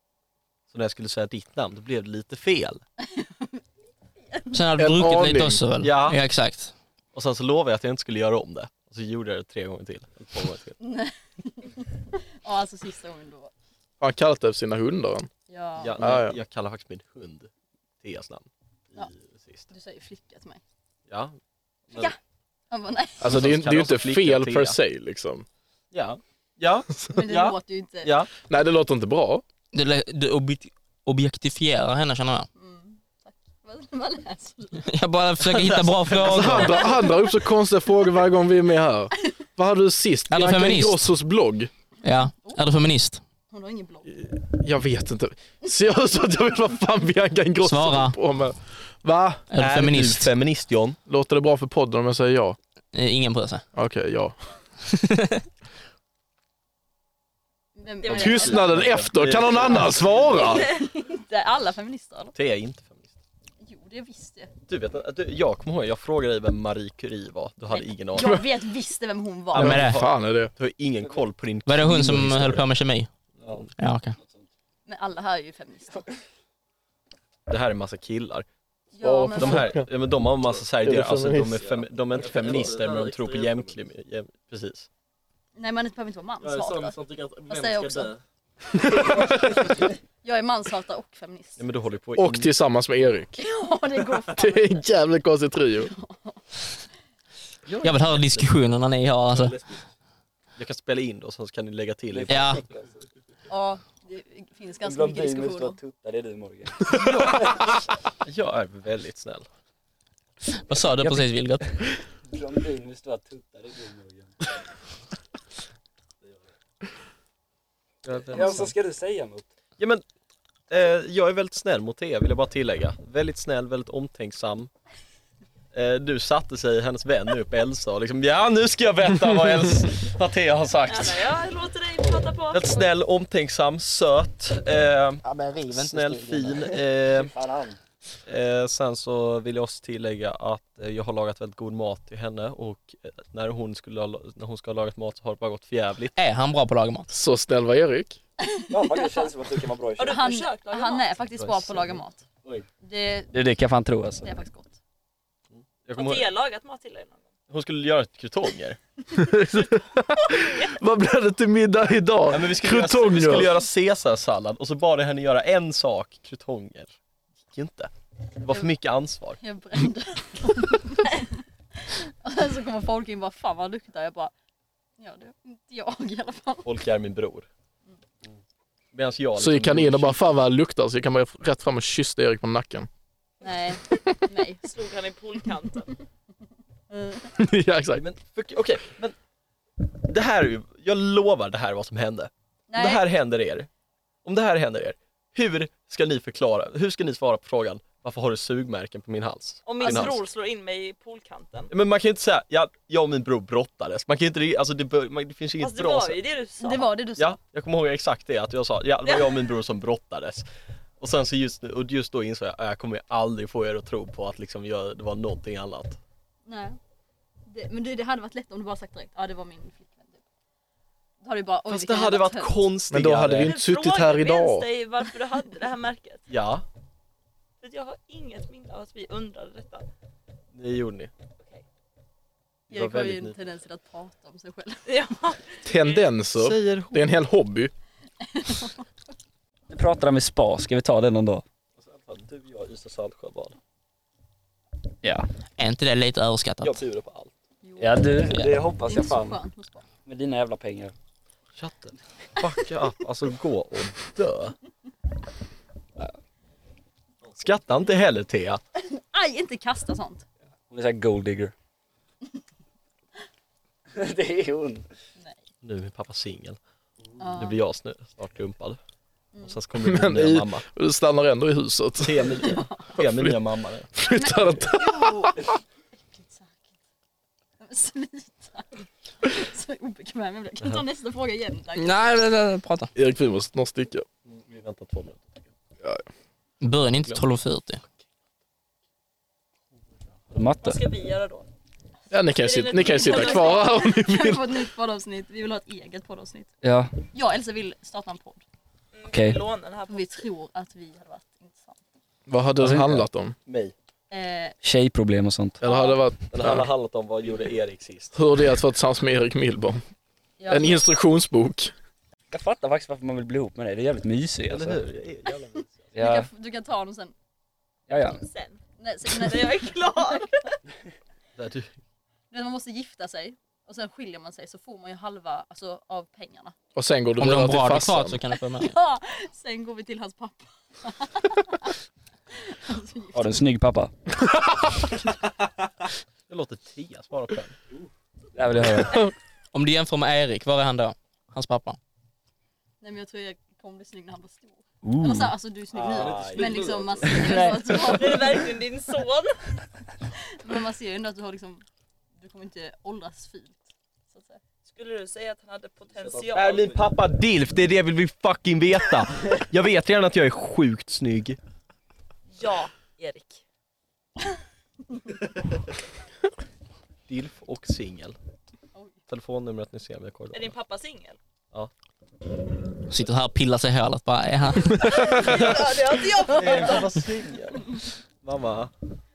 Så när jag skulle säga ditt namn, då blev det lite fel. Sen hade du druckit lite också väl? Ja. Ja, exakt. Och sen så lovade jag att jag inte skulle göra om det. Och så gjorde jag det 3 gånger till. Eller 2 gånger till. Ja, alltså sista gången då. Har han kallat det för sina hundar? Ja. Ja, jag kallar faktiskt min hund Theas namn. Ja. Sist. Du säger flicka till mig. Ja. Men, Ja. Han bara, nej. Alltså det är ju inte flicka fel Thea. per se liksom. Ja. Ja. Men det Ja. låter ju inte... Ja. Nej, det låter inte bra. Du objektifierar henne, känner jag. Tack. Vad läser du? Jag bara försöker hitta bra frågor. Han drar upp så konstiga frågor varje gång vi är med här. Vad hade du sist? Är du Bianca feminist? Ingrossos blogg. Ja, är du feminist? Hon har ingen blogg. Jag vet inte. Ser ut så att jag vet vad fan Bianca Ingrosso Svara. på med. Va? Är du feminist? du feminist, John? Låter det bra för podden om jag säger ja? Ingen bryr sig. Okej, ja. Vem- Tystnaden efter, kan någon annan svara? Det är alla feminister eller? Thea är inte feminist. Jo, det visste jag. Du vet, jag kommer ihåg, jag frågade dig vem Marie Curie var. Du hade ingen aning. Jag vet visst vem hon var. Vem är det? Vad fan är det? Du har ingen koll på din Var det hon som kvinnohistoria. höll på med kemi? Ja. Ja, okej. Men alla här är ju feminister. Det här är en massa killar. Ja, men De här, ja, men de har en massa så här idéer. Alltså, feminist? de är inte feminister, men de tror på jämklimat. Precis. nej, man behöver inte vara manshatare. Fast det är jag också. dö. Jag är manshatare och feminist. Ja, men du håller på Och tillsammans med Erik. Ja, det går fan. Det är en jävligt konstig trio. Jag vill höra diskussionerna ni har alltså. Jag kan spela in då, så kan ni lägga till. Ja, Ja, det finns ganska mycket diskussioner. Det är du, Morgan. Jag är väldigt snäll. vad sa du precis Vilgot? Blondin med stora tuttar, det är du, Morgan. Ja, så ska du säga något. Ja, men jag är väldigt snäll mot er, vill jag bara tillägga. Väldigt snäll, väldigt omtänksam. Du satte sig hennes vän upp, Elsa, och liksom, ja, nu ska jag berätta vad Thea har sagt. Ja, jag låter dig prata på. Väldigt snäll, omtänksam, söt, Ja, men riv inte snäll, fin. Sen så vill jag också tillägga att jag har lagat väldigt god mat till henne, och när hon ska ha lagat mat så har det bara gått förjävligt. Är han bra på att laga mat? Så snäll var Erik. Ja, faktiskt känns som att du kan vara bra i Har du Han, försökt laga han mat? är faktiskt bra på att laga mat. Oj. Det Det kan jag fan tro alltså. är faktiskt gott. Jag Har kommer Thea ihåg, lagat mat till dig någon gång? hon skulle göra krutonger. Vad blev det till middag idag? Ja, men vi skulle göra caesarsallad, och så bad jag henne göra en sak, krutonger. Det gick inte. Det var för mycket ansvar. Jag brände. Och sen så kommer folk in och bara, fan vad luktar. Jag bara, ja det är inte jag i alla fall. Folk är min bror. Medan jag Så gick han in och bara, fan vad det luktar. Så gick han bara rätt fram och kysste Erik på nacken. Nej, nej. Slog han i poolkanten. Ja, exakt. Men okej, men det här är ju, jag lovar, det här är vad som hände. Om Nej. det här händer er, hur ska ni svara på frågan, varför har du sugmärken på min hals? Om min Din hals. bror slår in mig i poolkanten. Men man kan ju inte säga, ja, jag och min bror brottades. Man kan ju inte, alltså det finns ju inget Fast det bra var sätt. ju det du sa. Det var det du sa. Ja, jag kommer ihåg exakt det, att jag sa, ja, det var jag och min bror som brottades. Och sen så just då insåg jag kommer aldrig få er att tro på att liksom det var någonting annat. Nej. Men det hade varit lätt om du bara sagt direkt, ja det var min flickvän typ. Då hade du bara, oj, Fast det vilken hade jävla varit tönt. konstigare. Men då hade vi Du inte suttit här idag. frågade dig varför du hade det här märket. Ja, För jag har inget minne av att vi undrade detta. det gjorde ni. Det var Erik har ju väldigt en nytt. tendens till att prata om sig själv. Ja. Tendenser. Säger hon. Det är en hel hobby. Nu pratar med spa, ska vi ta det någon dag? Du, jag, Ystad Saltsjöbad. Ja. Är inte det lite överskattat? Jag bjuder på allt. Jo. Ja du, Det det är hoppas inte jag så fan. skönt med spa. Med dina jävla pengar. Chatten. Backa upp, alltså gå och dö. Skratta inte heller, Thea. Aj, inte kasta sånt. Hon är såhär gold digger. Det är hon. Nu är min pappa singel. Ja. Nu blir jag snart dumpad. Och sen så kommer det bli Men min nya mamma. Du stannar ändå i huset. Thea min nya mamma. nu. Flyttar inte. Jo. Äckligt säkert. Men sluta. Så obekväm jag blev. Kan du ta nästa fråga igen? Tack? Nej, prata. Erik, vi måste snart sticka. Vi väntar 2 minuter. Börjar ni inte 12:40? Matte. Vad ska vi göra då? Ja, ni kan ju sitta kvar här om ni Kan vi vill. få ett nytt poddavsnitt? Vi vill ha ett eget poddavsnitt. Ja. Jag och Elsa vill starta en podd. Okej. Låna den här på. Vi tror att vi hade varit intressant. Vad hade den handlat om? Mig. Tjejproblem och sånt. Eller hade det varit Den hade handlat om vad gjorde Erik sist. hur det är att vara tillsammans med Erik Milborn? Ja, En instruktionsbok. Jag fattar faktiskt varför man vill bli ihop med dig. Det är jävligt mysigt alltså. Eller hur? Jag är jävla mysig. Ja, du kan ta honom sen. ja. Sen. Nej, När jag är klar. Där du. man måste gifta sig och sen skiljer man sig så får man ju halva alltså, av pengarna. Och sen går du Om de vidare har till bra farsan. advokat så kan du få med. Ja, sen går vi till hans pappa. Har du en snygg pappa? Det låter 10 svara på den. Det här vill jag höra. Om du jämför med Erik, var är han då? Hans pappa? Nej, men jag tror jag kommer bli snygg när han var stor. Eller så här, alltså du är snygg nu. Men liksom man ser ju ändå att du har... Det är verkligen din son. Men man ser ju ändå att du har liksom... Du kommer inte åldras fult. Så att säga. Skulle du säga att han hade Är potential? min pappa Dilf? Det är det vill vi fucking veta. Jag vet redan att jag är sjukt snygg. Ja, Erik. Dilf och singel. Oj. Telefonnumret ni ser med Är korridoren. din pappa singel? Sitter här och pillar sig i hålet bara, är han? Ja, det har inte jag fått. Är din pappa singel? Mamma.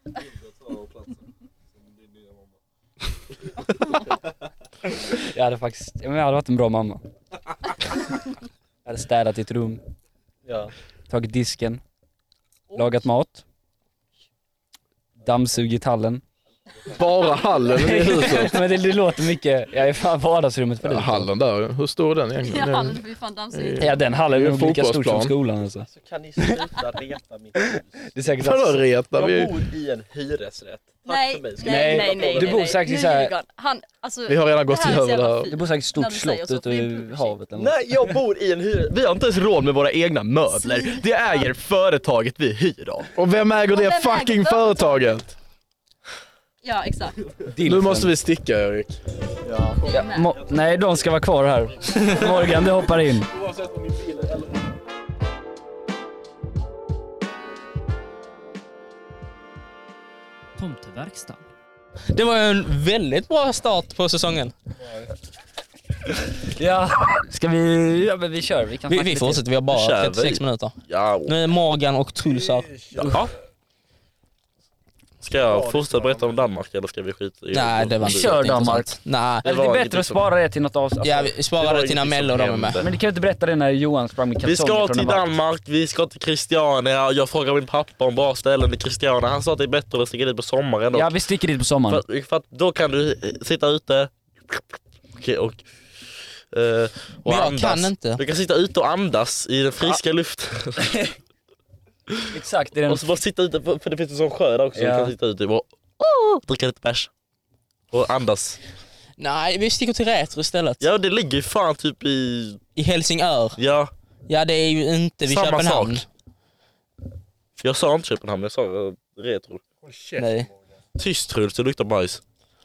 Jag hade faktiskt, jag hade varit en bra mamma. Jag hade städat i ett rum, Ja. tagit disken, lagat mat, dammsugit hallen. Bara hallen i huset. Men det låter mycket, jag är fan vardagsrummet för Ja, det. hallen där, hur stor är den egentligen? Ja, han får fan dansa. Ja, den hallen Det är är nog lika stor som fotbollsplan. skolan alltså. Så kan ni sluta reta mitt hus. Det är säkert Vadå att... reta? Jag Vi, bor i en hyresrätt. Tack Nej, för mig. nej. Du bor säkert i så här- Han, alltså, vi har redan gått det här är så över det jävla här. fint. Du bor säkert i När ett du stort säger slott så, ute för det är i bullshit. havet eller något. Nej, jag bor i en hyresrätt. Vi har inte ens råd med våra egna möbler. Det äger företaget vi hyr av. Och vem äger Och det vem äger fucking företaget? Ja, exakt. Nu måste vi sticka, Erik. Ja. Ja, nej, de ska vara kvar här. Morgan, du hoppar in. Tomteverkstan. Det var en väldigt bra start på säsongen. Ja, ska vi... Ja, men vi kör. Vi kan snacka Vi lite. fortsätter, vi har bara Kör vi. 36 minuter. Ja. Nu är Morgan och Truls här. Ja. Ska jag fortsätta berätta om Danmark eller ska vi skita i Nej, det var inte Kör intressant. Danmark. Nej, Eller det är bättre att spara det till något avsnitt. ja, vi sparar det till när Mello och de är med. Men det kan ju inte berätta det när Johan sprang med Vi kalsonger ska från till en vakt. Danmark, vi ska till Christiania. Jag frågar min pappa om bra ställen i Christiania. Han sa att det är bättre att sticka dit på sommaren. Ja, vi sticker dit på sommaren. För att då kan du sitta ute och Men jag andas. kan inte. Du kan sitta ute och andas i den friska luften. Exakt, det är den... Och så bara sitta ute, för det finns en sån sjö där också. Ja. Du kan sitta ute och dricka lite bärs. Och andas. Nej, vi sticker till Retro istället. Ja, det ligger ju fan typ i... I Helsingör. Ja, Ja, det är ju inte vid samma Köpenhamn. sak. För jag sa inte Köpenhamn, jag sa Retro. Nej. Tyst Truls, det luktar bajs.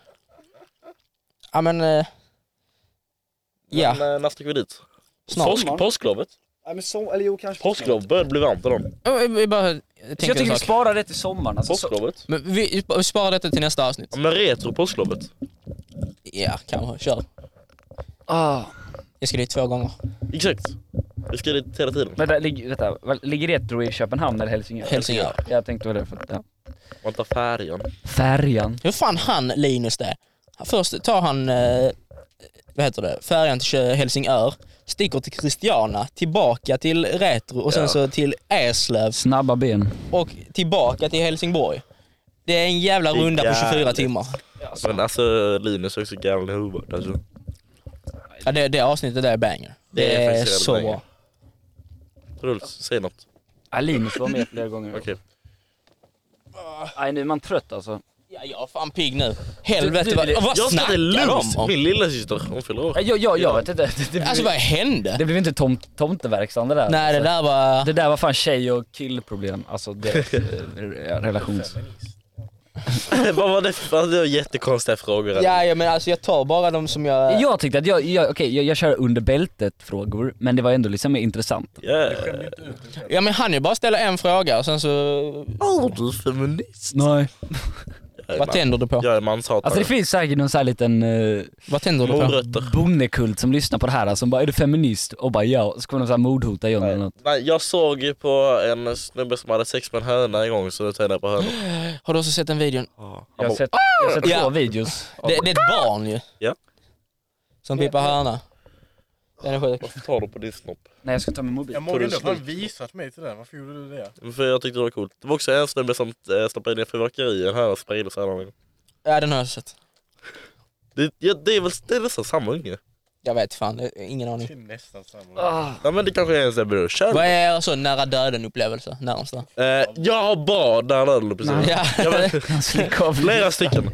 Ja, men... ja, Men när sticker vi dit? snart. Påsklovet? Ja, men så, eller jo, kanske. Påsklov börjar bli varmt i dem. Vi bara Så jag tänker tycker en vi sak. sparar det till sommaren. Alltså, Påsklovet? Men vi sparar detta till nästa avsnitt. Ja, men retro påsklovet. Ja, kanske. Kör. Ah. Jag ska dit 2 gånger. Exakt. Vi ska dit hela tiden. Vänta, ligger Retro i Köpenhamn eller Helsingör? Helsingör. Jag tänkte väl det för att, ja. Man tar färjan. Färjan. Hur fan han Linus det? Först tar han vad heter det? Färjan till Helsingör, sticker till Christiana, tillbaka till Retro och sen Ja. så till Eslöv Snabba ben. och tillbaka till Helsingborg. Det är en jävla Det är runda på 24 jävligt. timmar. Men alltså Linus är också gammal i huvudet alltså. Ja, det avsnittet där är banger. Det är faktiskt så jävligt bra. Truls, säg något. Linus var med flera gånger. Okej. Nej, nu är man trött alltså. Ja, jag är fan pigg nu. Helvete, Du- vad Jag ska snackar till de Lums, om? min lilla syster, hon fyller år. Jag vet inte. Alltså vad hände? Det blev inte tomteverkstan det där. Nej, det där var... Det där var fan tjej- och killproblem. Alltså det relations... Vad var det för? Det var jättekonstiga frågor. Ja, men alltså jag tar bara de som jag... Jag tyckte att jag kör under bältet frågor, men det var ändå liksom mer intressant. Yeah. Ja, men han ju bara ställa en fråga och sen så... Är du feminist? Nej. Vad tänder du på? Jag är manshatare. Alltså det finns säkert någon sån här liten Vad tänder du på? Morötter. bonnekult som lyssnar på det här som bara, är du feminist? Och bara ja, så kommer de så här mordhota John eller något. Nej, jag såg ju på en snubbe som hade sex med en höna en gång, så nu tänder jag på hönor. Har du också sett den videon? Jag har sett Ja. 2 videos. Det är ett barn ju. Ja. Som pippar hörna. Den är sjuk. Varför tar du på din snopp? Nej, jag ska ta min mobil. Jag måste ändå fan visat mig till den. Varför gjorde du det? För jag tyckte det var coolt. Det var också en snubbe som stoppade in en fyrverkeri i en höna och spridde sig någon gång. Ja, den har jag sett. Det är nästan samma unge. Jag vet fan, det är ingen aning. Det är nästan samma. Ja, men det kanske är en sån bror. Kör. Vad är er så nära döden upplevelse närmast då? Jag har bara där precis. Ja. Jag vet, flera stycken.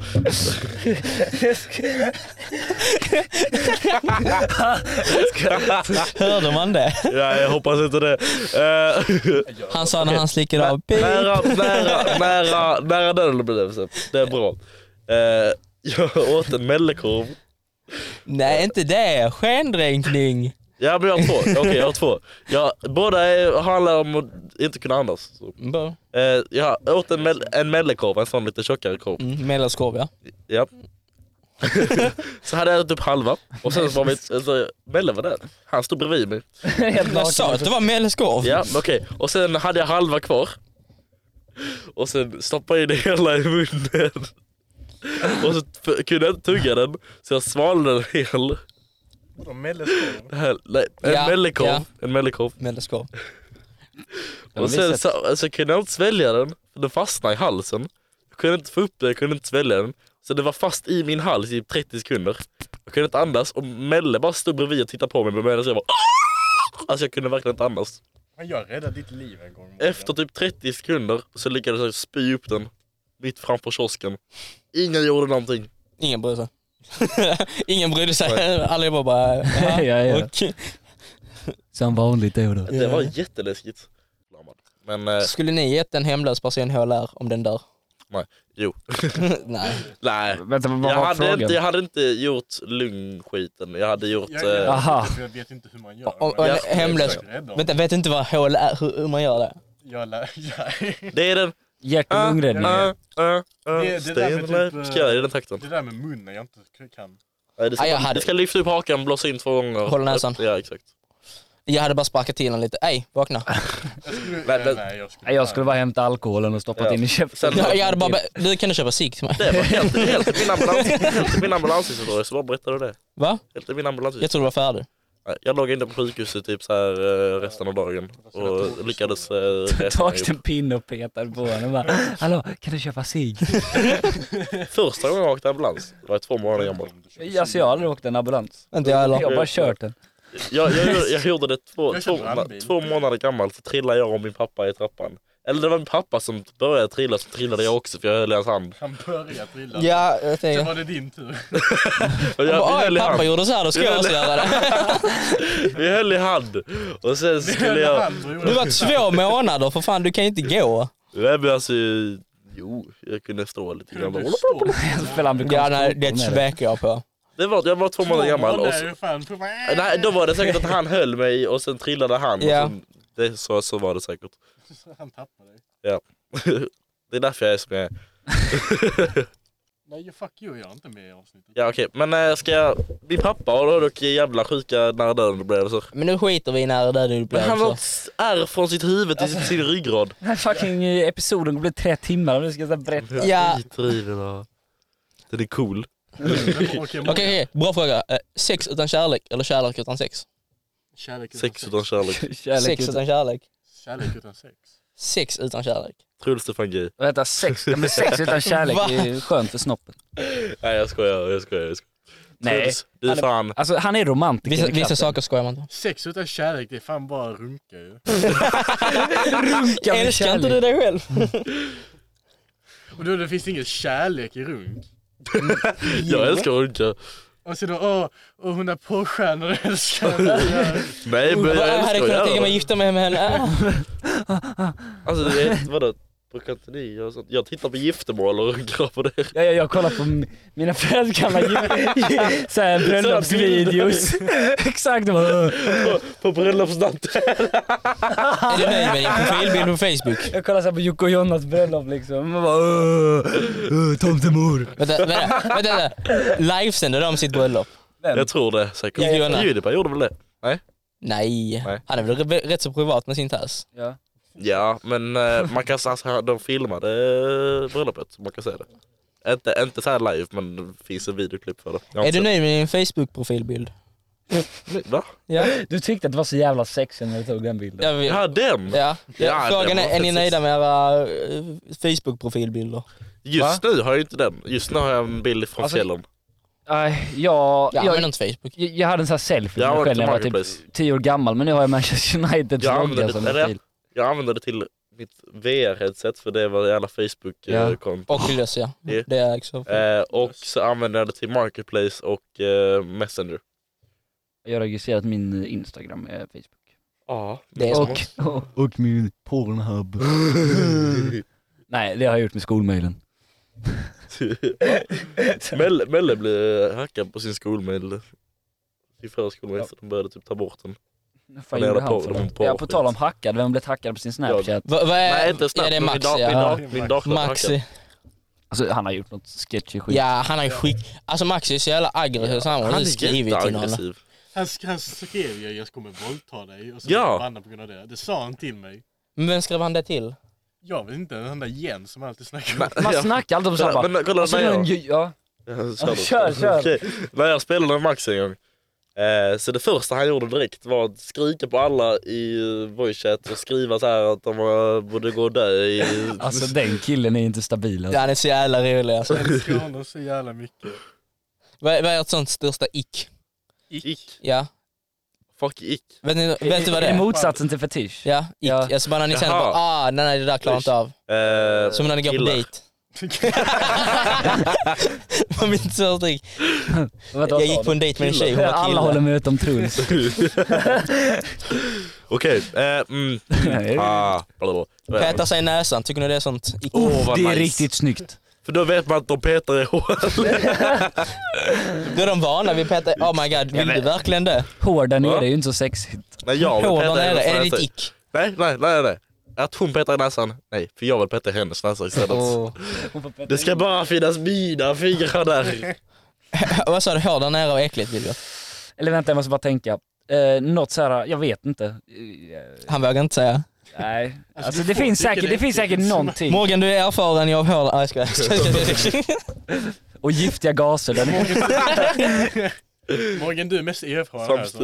Hörde man det? Ja, jag hoppas inte det. Han sa när han slickade av. Nära döden upplevelse. Det är bra. Jag åt en mellekorv. Nej, inte det. Skendränkning. Ja, men jag har 2. Okej, jag har 2. Båda handlar om att inte kunna andas. Bra. Jag åt en mellekorv, en sån lite tjockare korv. Medelkorv, ja. Ja. Så hade jag typ halva. Och sen var Melle var där. Han stod bredvid mig. Jag sa att det var medelkorv. Ja, okej. Och sen hade jag halva kvar. Och sen stoppade jag in det hela i munnen. Och så kunde jag inte tugga den. Så jag svalde den hel. Vadå, melleskorv? Nej, en mellekorv. Ja. En mellekorv. Medelkorv. Och sen så kunde jag inte svälja den. För den fastnade i halsen. Jag kunde inte få upp den, jag kunde inte svälja den. Så det var fast i min hals i 30 sekunder. Jag kunde inte andas. Och Melle bara stod bredvid och tittade på mig. Medan jag bara... Alltså jag kunde verkligen inte andas. Jag räddade ditt liv en gång. Efter typ 30 sekunder så lyckades jag spy upp den. Mitt framför kiosken. Ingen gjorde någonting. Ingen brydde sig. Ingen brydde sig. Alla bara... Ja. Och... Som vanligt då. Det var jätteläskigt. Men... Skulle ni gett en hemlös person HLR om den dör? Nej. Jo. Nej. Nej. Vänta, vad var frågan? Jag hade inte gjort lungskiten. Jag hade gjort... Aha. Jag vet inte hur man gör. Och en hemlös... Vänta, vet inte vad HLR, hur man gör det? Det är den... Hjärt- och lungräddning. Det där med typ, Ska jag göra i den takten? Det där med munnen jag inte kan. Nej, det ska lyfta upp hakan, blåsa in 2 gånger. Håll näsan. Ja, exakt. Jag hade bara sparkat till den lite. Ej, vakna. Jag skulle bara hämta alkoholen och stoppat in i käften. Jag hade bara... Du kan du köpa cigg till mig? Det var helt i min ambulanshistoria, så bara berättade du det. Va? Helt i min ambulanshistoria. Jag tror du var färdig. Jag låg inne på sjukhuset typ så här resten av dagen och lyckades Tagit en pinne och petade på henne och bara, hallå, kan du köpa cigg? Första gången jag åkte ambulans, det var 2 månader gammal. Alltså jag har aldrig åkt en ambulans. Inte jag heller. Jag har bara kört den. Jag gjorde det 2 månader gammal, så trillade jag och min pappa i trappan. Eller det var min pappa som började trilla, så trillade jag också för jag höll i hans hand. Han började trilla. Ja, jag Så tänker. var det din tur. Pappa gjorde så här, då ska jag också göra det. Vi höll i hand. Och sen skulle jag... Du var 2 månader, för fan, du kan inte gå. Nej, men alltså... Jo, jag kunde stå lite grann. Ja, nej, det tvekar jag på. Jag var 2 månader gammal. Och så, nej, då var det säkert att han höll mig och sen trillade han. Ja. Och sen, så var det säkert. han tappade dig. Ja. Det är därför jag är som jag är. Nej, fuck you, jag är inte med i avsnittet. Ja, okej. Men ska jag... Min pappa har dock jävla sjuka nära döden-upplevelser. Men nu skiter vi i nära döden Men han har upplevelser. ett ärr från sitt huvud till sin ryggrad. Den här fucking episoden blir 3 timmar och nu ska jag berätta. Ja. Skiter i den då. Den är cool. Okej, bra fråga. Sex utan kärlek eller kärlek utan sex? Sex utan kärlek. Sex utan kärlek. Kärlek utan sex. Sex utan kärlek. Truls Stefan G. Vänta, sex utan kärlek är skönt för snoppen. Nej, jag skojar. Nej. Truls, du är fan... Alltså han är romantiker. Vissa saker skojar man inte. Sex utan kärlek, det är fan bara runka ju. Älskar inte du dig själv? Och då det finns ingen kärlek i runk. Jag älskar runka. Och så då, och hon är påstjärnor älskar. Nej, men jag Jag hade älskar kunnat tänka mig att gifta mig med henne. Alltså, vadå? Brukar inte ni göra sånt? Jag tittar på giftermål och runkar på det. Ja, jag kollar på mina föräldrar såhär bröllopsvideos. Exakt. På bröllopsnatten. Är du nöjd med din profilbild på Facebook? Jag kollar såhär på Jocke och Jonas bröllop liksom. Man bara tomtemor. Vänta. Livesänder de sitt bröllop? Jag tror det säkert. Juniper gjorde väl det? Nej. Han är väl rätt så privat med sin tass. Ja. Ja, men man kan säga att de filmade bröllopet, man kan säga det. Inte så här live, men det finns en videoklipp för det. Är du nöjd med din Facebook-profilbild? Va? Ja. Du tyckte att det var så jävla sexigt när du tog den bilden. Ja, den! Ja. Frågan är ni nöjda med era Facebook-profilbilder? Just nu har jag inte den. Just nu har jag en bild från fjällen. Jag använder inte Facebook. Jag hade en sån här selfie Jag själv när jag var typ 10 år gammal, men nu har jag Manchester Uniteds logga som en bil. Jag använde det till mitt VR-headset för det var jävla Facebook-konto. Oculus, ja. Det är också. Och så använde jag det till Marketplace och Messenger. Jag har registrerat min Instagram med Facebook. Ja. Det är och min Pornhub. Nej, det har jag gjort med skolmailen. Melle blev hackad på sin skolmail. I förra skolmail, så de började typ ta bort den. Fan, på tal om hackad, vem blev hackad på sin Snapchat? Nej, inte Snapchat. Är det Max? Min dator Maxi. Alltså han har gjort något sketchy skit. Ja, han har ju alltså Maxi är så jävla aggressiv, så han har skrivit till någon. Han skrev ju jag kommer våldta dig och så banna på grund av det. Det sa han till mig. Men vem skrev han det till? Jag vet inte, den där Jens som alltid snackar om. Man snackar alltid om så bara. Men kolla alltså, kör. Okay. När jag spelade med Max en gång, så det första han gjorde direkt var att skrika på alla i voice-chat och skriva så här att de borde gå där. Alltså den killen är inte stabil. Alltså. Ja, han är så jävla rolig alltså. Jag älskar honom så jävla mycket. Vad är ett sånt största ick? Ick? Ja. Fuck ick. Vet du vad det är? Motsatsen till fetisch. Ja, ick. Ja. Alltså bara när ni känner bara, nej det där klarar inte av. Som när ni går på dejt. Man blir inte så rik. Jag gick på en dejt med en tjej, hon var kille. Alla håller med utom Truls. Okej. Petar sig i näsan, tycker ni det är sånt? Det är riktigt snyggt. För då vet man att de petar i hål. Då är de vana vid petar. Oh my god, vill du verkligen det? Hår där nere är ju inte så sexigt. Nej, jag vill hår peta där nere, hennes är det näsa. ditt ick? Nej. Att hon petar i näsan, nej, för jag vill peta hennes näsa istället. Det ska bara finnas mina fingrar där. Vad sa du, hår där nere och äckligt vill jag? Eller vänta, jag måste bara tänka. Något så här, jag vet inte. Han vågar inte säga. Nej, alltså det finns säkert någonting. Morgan, du är erfaren, jag hör... Nej, jag ska. Och giftiga gaser där nere. Morgan, du är mest erfaren här.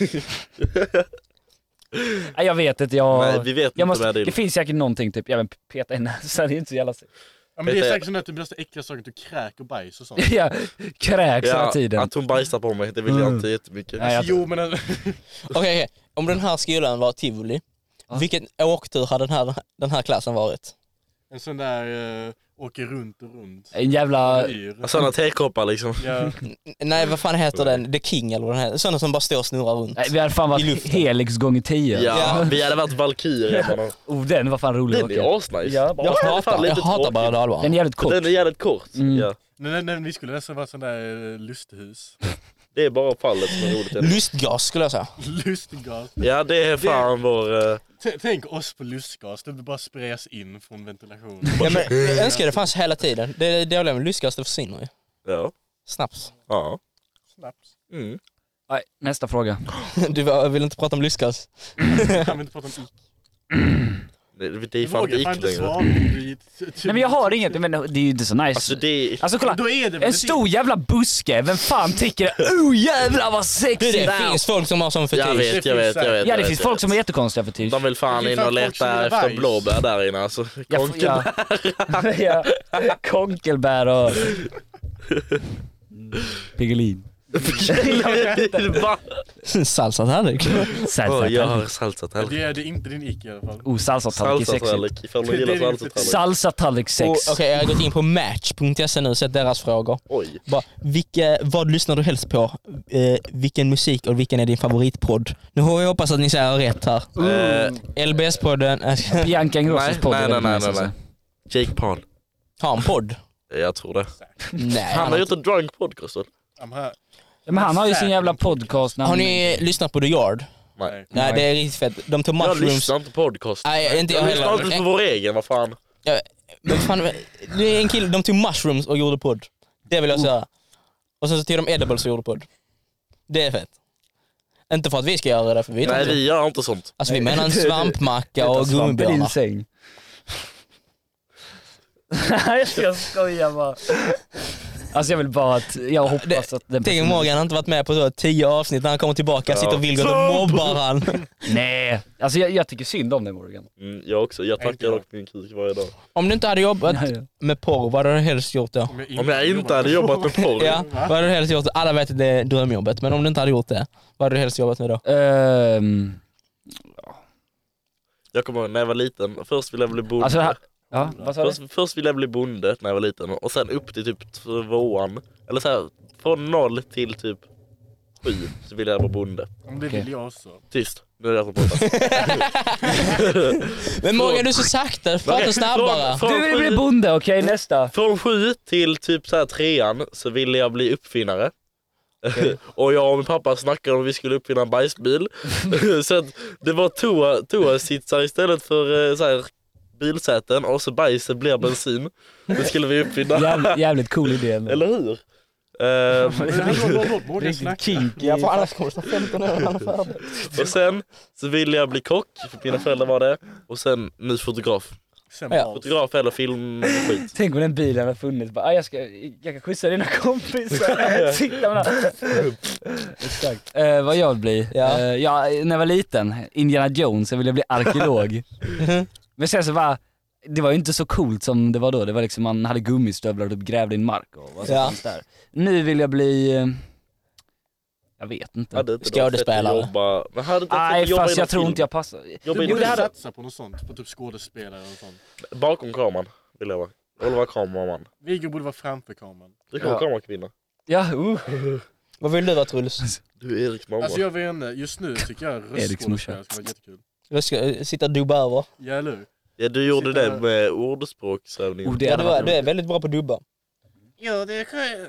Nej, jag vet inte, Nej, vi vet inte vad det finns säkert någonting, typ, jag vet peta i näsan, det är inte så jävla säkert. Ja, men det är säkert sånt att du blir äckliga saker, du kräk och bajs och sånt. Ja, kräks hela tiden. Att hon bajsar på mig, det vill jag inte jättemycket. Nej, Jo, men... Okej, om den här skolan var tivoli, vilken åktur hade den här klassen varit? En sån där åker runt och runt. En jävla... Sådana tekoppar liksom. Ja. Nej, vad fan heter den? The King eller vad den heter? Sådana som bara står och snurrar runt. Nej, vi hade fan varit Helix gånger 10. Ja, vi hade varit Valkyrie. Den var fan rolig. Den är asnice. Ja, jag hatar bara dalvar. Den är jävligt kort. Den är jävligt kort, ja. Nej, vi skulle nästan vara sån där lusthus. Det är bara fallet som är roligt. Lustgas skulle jag säga. Lustgas. Ja, det är fan vår... Tänk oss på lustgas, det bara sprayas in från ventilationen. Ja, men jag önskar det fanns hela tiden. Det dåliga med lustgas, det försvinner ju. Ja. Snaps. Ja. Snaps. Mm. Nej, nästa fråga. Du vill inte prata om lustgas? Jag kan inte prata om ick. Det är fan inte längre. Nej, men jag har inget, men det är ju inte så nice. Alltså kolla, då är det en stor jävla buske, vem fan tycker jävlar vad sexigt. Det finns folk som har som fetisch. Jag vet. Ja, det finns folk som har jättekonstiga fetisch. De vill fan in och leta efter blåbär där inne, alltså. Konkelbär. Ja, konkelbär och Piggelin. Salsatallrik. Jag har salsatallrik. Det är inte din ick i alla fall. Salsatallrik är sexigt. Salsatallrik sex. Okej, jag har gått in på match.se nu och sett deras frågor. Oj. Vad lyssnar du helst på? Vilken musik och vilken är din favoritpodd? Nu hoppas att ni säger rätt här. LBS-podden. Bianca Ingrossos podd. Nej. Jake Paul. Har han podd? Jag tror det. Nej. Han har gjort en drunk podcast. Ja, men han har ju sin jävla podcast. Har ni lyssnat på The Yard? Nej. Nej, det är riktigt fett. De tog Jag mushrooms. lyssnar inte på podcast. Nej, inte jag Jag lyssnar heller. inte på vår egen, vad fan. Men fan, det är en kille, de tog mushrooms och gjorde podd. Det vill jag säga. Och sen så tog de edibles och gjorde podd. Det är fett. Inte för att vi ska göra det, för vi Nej, inte. vi gör inte sånt. Alltså vi menar en svampmacka och gummibjörnar. Nej, jag skojar bara. Alltså jag vill bara att, jag hoppas att den Tänk Morgan har inte varit med på så 10 avsnitt när han kommer tillbaka, sitter och Vilgot och mobbar han. Nej, alltså jag tycker synd om det, Morgan. Jag också, jag tackar dock min kuk varje dag. Om du inte hade jobbat med porr, vad hade du helst gjort då? Om jag inte hade jobbat med porr. Ja, vad hade du helst gjort? Alla vet att det är drömjobbet, men om du inte hade gjort det, vad hade du helst jobbat med då? Jag kommer ihåg när jag var liten, först ville jag bli bonde. Alltså, ja, vad sa du? Först ville jag bli bonde när jag var liten och sen upp till typ 2:an. Eller så här, från 0 till typ 7 så ville jag vara bonde. Om det vill jag också. Tyst, nu är det jag som pratar. Men Morgan, du är så sakta, prata snabbare. Du vill bli bonde, okej, nästa. Från 7 till typ så här 3:an så ville jag bli uppfinnare. Och jag och min pappa snackade om att vi skulle uppfinna en bajsbil. Så att det var toasitsar istället för så här bilsäten och så bajset blir bensin. Det skulle vi uppfinna. Jävligt cool idé. Eller hur? Riktigt kinky. Ja, för annars kommer det 15 år när han är färdig. Och sen så ville jag bli kock, för mina föräldrar var det. Och sen nu fotograf. Fotograf eller filmskit. Tänk om den bilen har funnits. Bara, jag kan skjutsa dina kompisar. Sitta med exakt. Vad jag vill bli? När jag var liten, Indiana Jones, jag ville bli arkeolog. Men sen så var det var ju inte så coolt som det var då. Det var liksom, man hade gummistövlar och typ grävde in mark och vad sånt där. Nu vill jag bli, jag vet inte. Skådespelare. Nej, fast jag tror inte jag passar. Du borde satsa på något sånt, på typ skådespelare och sånt. Bakom kameran vill jag vara. Jag vill vara kameraman. Viggo borde vara framför kameran. Du kan vara kamerakvinna. Ja, Vad vill du vara, Truls? Du är Eriks mamma. Alltså jag vet inte, just nu tycker jag röstskådespelare ska vara jättekul. Du ska sitta och dubba över. Ja, eller hur? Ja, du gjorde det med ordspråksövningen. Du är väldigt bra på att dubba. Ja, det kan jag.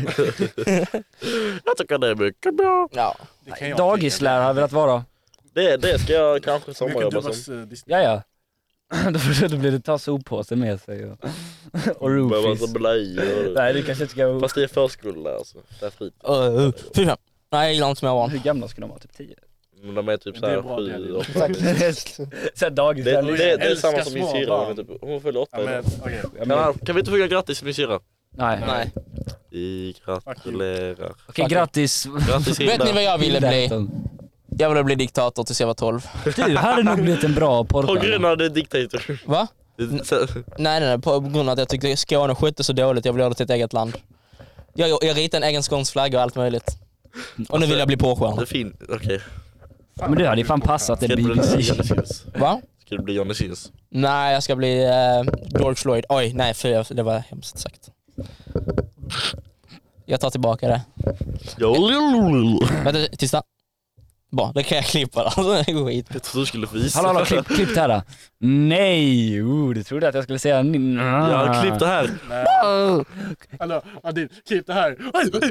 Jag tycker det är mycket bra. Ja. Dagislärare har jag velat vara. Det ska jag kanske sommarjobba som. Ja. Då blir det ta soppåsen med sig och roofies. Nej, du kanske inte ska... Fast det är förskola alltså. Det är frit. Fy fan. Nej, jag gillar inte småbarn. Hur gamla ska de vara? Typ 10? De är typ såhär 7 och såhär dagislärare. Det är samma som min syra. Hon fyller 8 idag. Kan vi inte få grattis till min syra? Nej. Vi gratulerar. Okej, grattis. Vet ni vad jag ville bli? Jag ville bli diktator tills jag var 12. Du hade nog blivit en bra porrstjärna. På grund av det diktator. Va? Nej, på grund av att jag tyckte Skåne skötte så dåligt. Jag ville göra det till ett eget land. Jag ritade en egen skånsk flagga och allt möjligt. Och nu vill jag bli porrstjärna. Det är fint, okej. Men du hade ju fan passat det BBC. Va? Ska du bli Johnny Sins? Nej, jag ska bli George Floyd. Oj, nej, för det var hemskt sagt. Jag tar tillbaka det. Vänta, tysta. Bra, det kan jag klippa då. Det är skit. Jag trodde du skulle visa. Hallå, klipp det här då. Nej, du trodde att jag skulle säga... Ja, klipp det här. Hallå, Adil, klipp det här.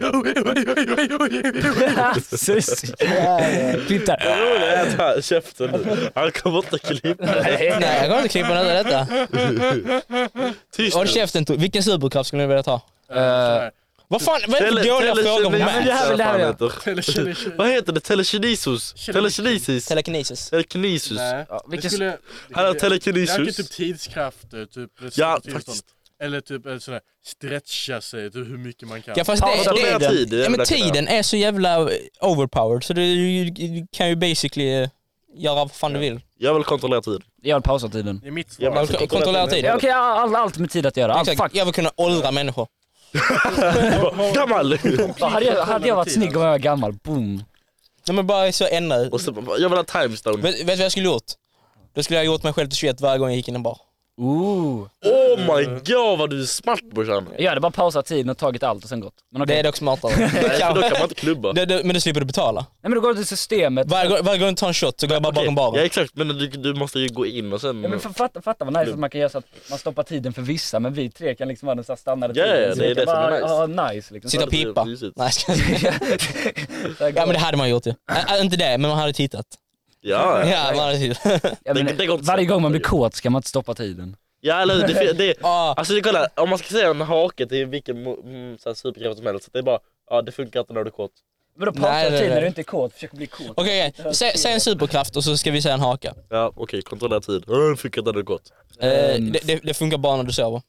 Klipp det här. Jag tar käften nu. Han kommer inte klippa. Nej, jag kommer inte klippa något av detta. Tyst. Håll käften, vilken superkraft skulle ni vilja ta? Vad fan, vad är det för dåliga frågor på mig? Vad heter det? Telekinesis? Telekinesis. Han har telekinesis. Det är typ tidskrafter, typ. Ja, faktiskt. Eller typ sådär, stretcha sig till hur mycket man kan. Ja, fast tiden är så jävla overpowered så du kan ju basically göra vad fan du vill. Jag vill kontrollera tiden. Jag vill pausa tiden. Det är mitt svar. Kontrollera tiden. Okej, allt med tid att göra. Exakt, jag vill kunna åldra människor. Gammal! Hade jag varit snygg om jag var gammal, boom. Nej, men bara så ännu. Jag vill ha timestone. Vet du vad jag skulle gjort? Då skulle jag gjort mig själv till 21 varje gång jag gick in en bar. Ooh. Oh my god vad du är smart brorsan. Jag hade bara pausat tiden och tagit allt och sen gått. Men Det är dock smartare. Nej, för då kan man inte klubba. Men du slipper du betala. Nej men då går det till systemet. Varje gång du tar en shot så går jag bara bakom baren. Ja exakt, men du måste ju gå in och sen... Ja men fatta vad nice att man kan göra så att man stoppar tiden för vissa, men vi tre kan liksom vara den så här stannade tiden. Ja, det är det som är nice. Nice liksom. Sitta och pipa. Precis. Nej, ja men det hade man gjort ju. Inte det, men man hade tittat. Ja, Ja, man hade tittat. Ja, men det går inte varje så. gång man blir kåt ska man inte stoppa tiden. Ja eller det Ja. alltså kolla, om man ska säga en hake till vilken så här superkraft som helst, så det är bara, ja det funkar inte när du är kåt. Men då pausar tiden när du inte är kåt, försök bli kåt. Okej, säg en superkraft och så ska vi säga en haka. Ja okej, kontrollera tid. Det funkar inte när du är kåt. Det funkar bara när du sover.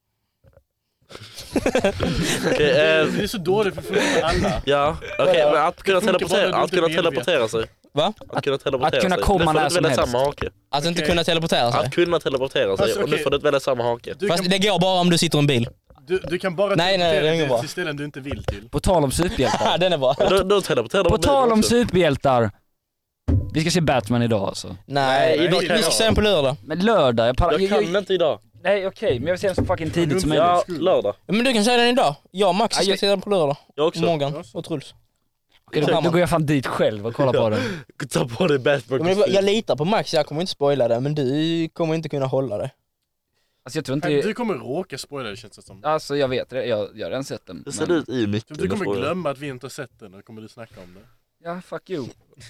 Okay, Det är så dåligt för alla. ja, okej, men att kunna Det funkar bara när du inte teleportera sig. Va? Att kunna teleportera Att kunna sig. komma Nu får när du som välja helst. samma hake. Att inte Okej. kunna teleportera sig. Att kunna teleportera sig, Fast, och nu okej. får du välja samma hake. Du Fast kan, det går bara om du sitter i en bil. du kan bara Nej, det är teleportera inget bra. till ställen du inte vill till. På tal om superhjältar. Ja, den är bra. Då teleporterar På de tal om också. superhjältar. Vi ska se Batman idag alltså. Nej, idag vi kan ska jag. se den på lördag. Men lördag, jag Jag kan inte idag. Nej okej, men jag vill se den så fucking tidigt som möjligt. Ja, lördag. Men du kan säga den idag. Jag och Max ska jag- se den på lördag. Jag också. Morgan och Truls. Okej, då går jag fan dit själv och kollar på den. Ta på dig Batman. Jag litar på Max, jag kommer inte spoila det, men du kommer inte kunna hålla det. Alltså jag tror inte... Du kommer råka spoila det, känns det som. Alltså jag vet det, jag har redan sett den. Det ser ut i mitt. Du kommer glömma att vi inte har sett den och kommer du snacka om det. Ja, fuck you.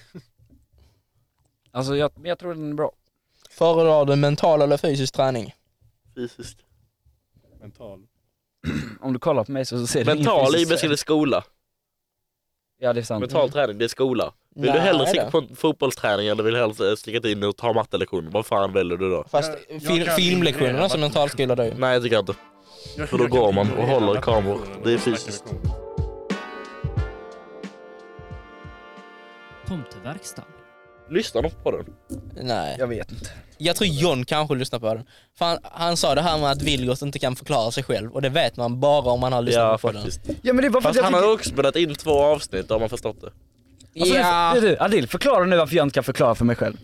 Alltså jag tror den är bra. Föredrar du mental eller fysisk träning? Fysiskt. Mental. Om du kollar på mig så ser du Mental är ju ingen bäst i skola. Ja det är sant. Mental träning, det är skola. Vill du hellre sticka på en fotbollsträning eller vill du hellre sticka in och ta mattelektioner? Vad fan väljer du då? Fast Jag kan filmlektionerna ignorera som mentalskola då ju. Nej jag tycker inte. För då går man och håller i kameror. Det är fysiskt. Tomteverkstan. Lyssnar de på den? Nej. Jag vet inte. Jag tror John kanske lyssnar på den. För han sa det här med att Vilgot inte kan förklara sig själv. Och det vet man bara om man har lyssnat Ja på faktiskt. Ja men det var för att Fast jag han har tycker... också spelat in 2 avsnitt, har man förstått det. Alltså, Ja. du, Adil, förklara nu varför jag inte kan förklara för mig själv.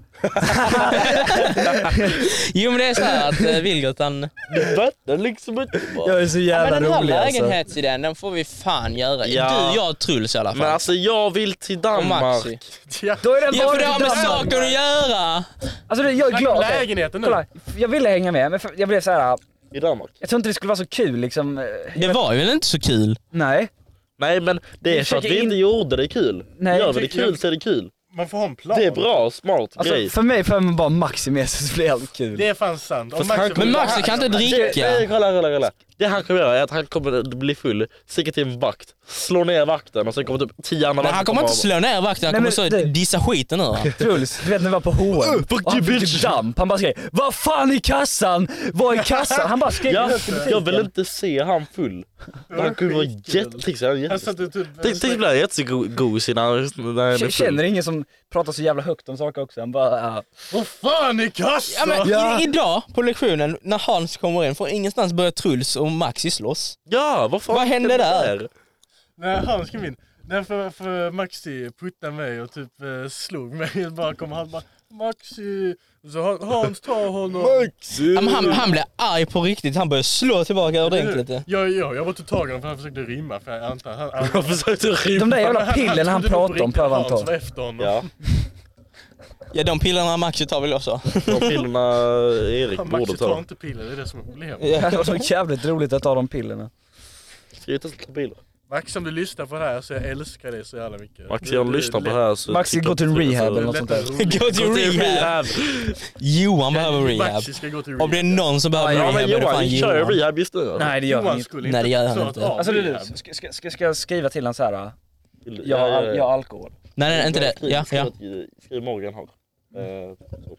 Jo men det är så här att Vilgot han... Du fattar liksom inte. Jag är så Ja, jävla men den här rolig alltså. lägenhetsidén, den får vi fan göra. Ja. Du, jag och Truls i alla fall. Men alltså jag vill till och Danmark. Maxi. Ja, Då är den Ja bara för det har med till Danmark. saker att göra! Alltså det, jag är glad. Okej, lägenheten nu. kolla, jag ville hänga med men jag blev så här. I Danmark. Jag tror inte det skulle vara så kul liksom. Det var ju väl inte så kul? Nej. Nej men det är Vi för att vi försöker inte gjorde det kul. Nej, Gör vi det tycker kul jag- så är det kul. Man får ha en plan. Det är bra, smart Alltså grej. för mig får man bara Maxi med sig så blir allt kul. Det är fan sant. Fast han- Men Maxi kan inte dricka. Kolla. Det han kommer göra är att han kommer bli full, sticka till en vakt, slå ner vakten och sen kommer typ 10 andra Men han kommer inte slå ner vakten, han Nej, kommer men så det- dissa skiten ur honom. Truls, du vet när vi var på H&M fuck och han you, fick bitch. typ damp. Han bara skrev, vad fan i kassan? Vad i kassan? Han bara skrek Ja, högt i butiken. jag vill inte se han full. Han kommer vara jättetrixig. Han satte typ... Tänk bli jättegosig när han är full. Känner ingen som pratar så jävla högt om saker också. Han bara, ja. Vad fan i Ja, kassan? men Ja. idag på lektionen, när Hans kommer in, får ingenstans börja Truls och Maxi slåss. Ja, vad fan Vad hände där? När han kom in. När för Maxi puttade mig och typ slog mig bakom. Han bara Maxi. Så Hans tar honom. Maxi! Ja, men han blev arg på riktigt, han började slå tillbaka ordentligt. Jag var tog tag i honom för han försökte rimma. För jag antar han Jag försökte rymma. De där jävla pillen han pratar om prövar han Hans ta. var efter honom. Ja, Ja, de pillarna Maxi tar väl också. de pillerna Erik borde Maxi tar ta. inte piller, det är det som är problemet. Ja, det var så jävligt roligt att ta de pillerna. Ska jag ta piller? Max, om du lyssnar på det här så jag älskar dig så jävla mycket. Maxi, om du lyssnar på det här så... Maxi, gå till en rehab eller något sånt där. Gå till rehab. Johan behöver rehab. Maxi ska gå till rehab. Om det är någon som behöver Ja rehab men är det fan Johan, kör Johan. rehab just nu alltså. Nej det gör han Johan inte. skulle inte Nej, det gör han klarat inte. av Alltså rehab. ska jag skriva till han så här. Jag har alkohol. Nej, inte det. Ja. Skriv Morgan har. Så.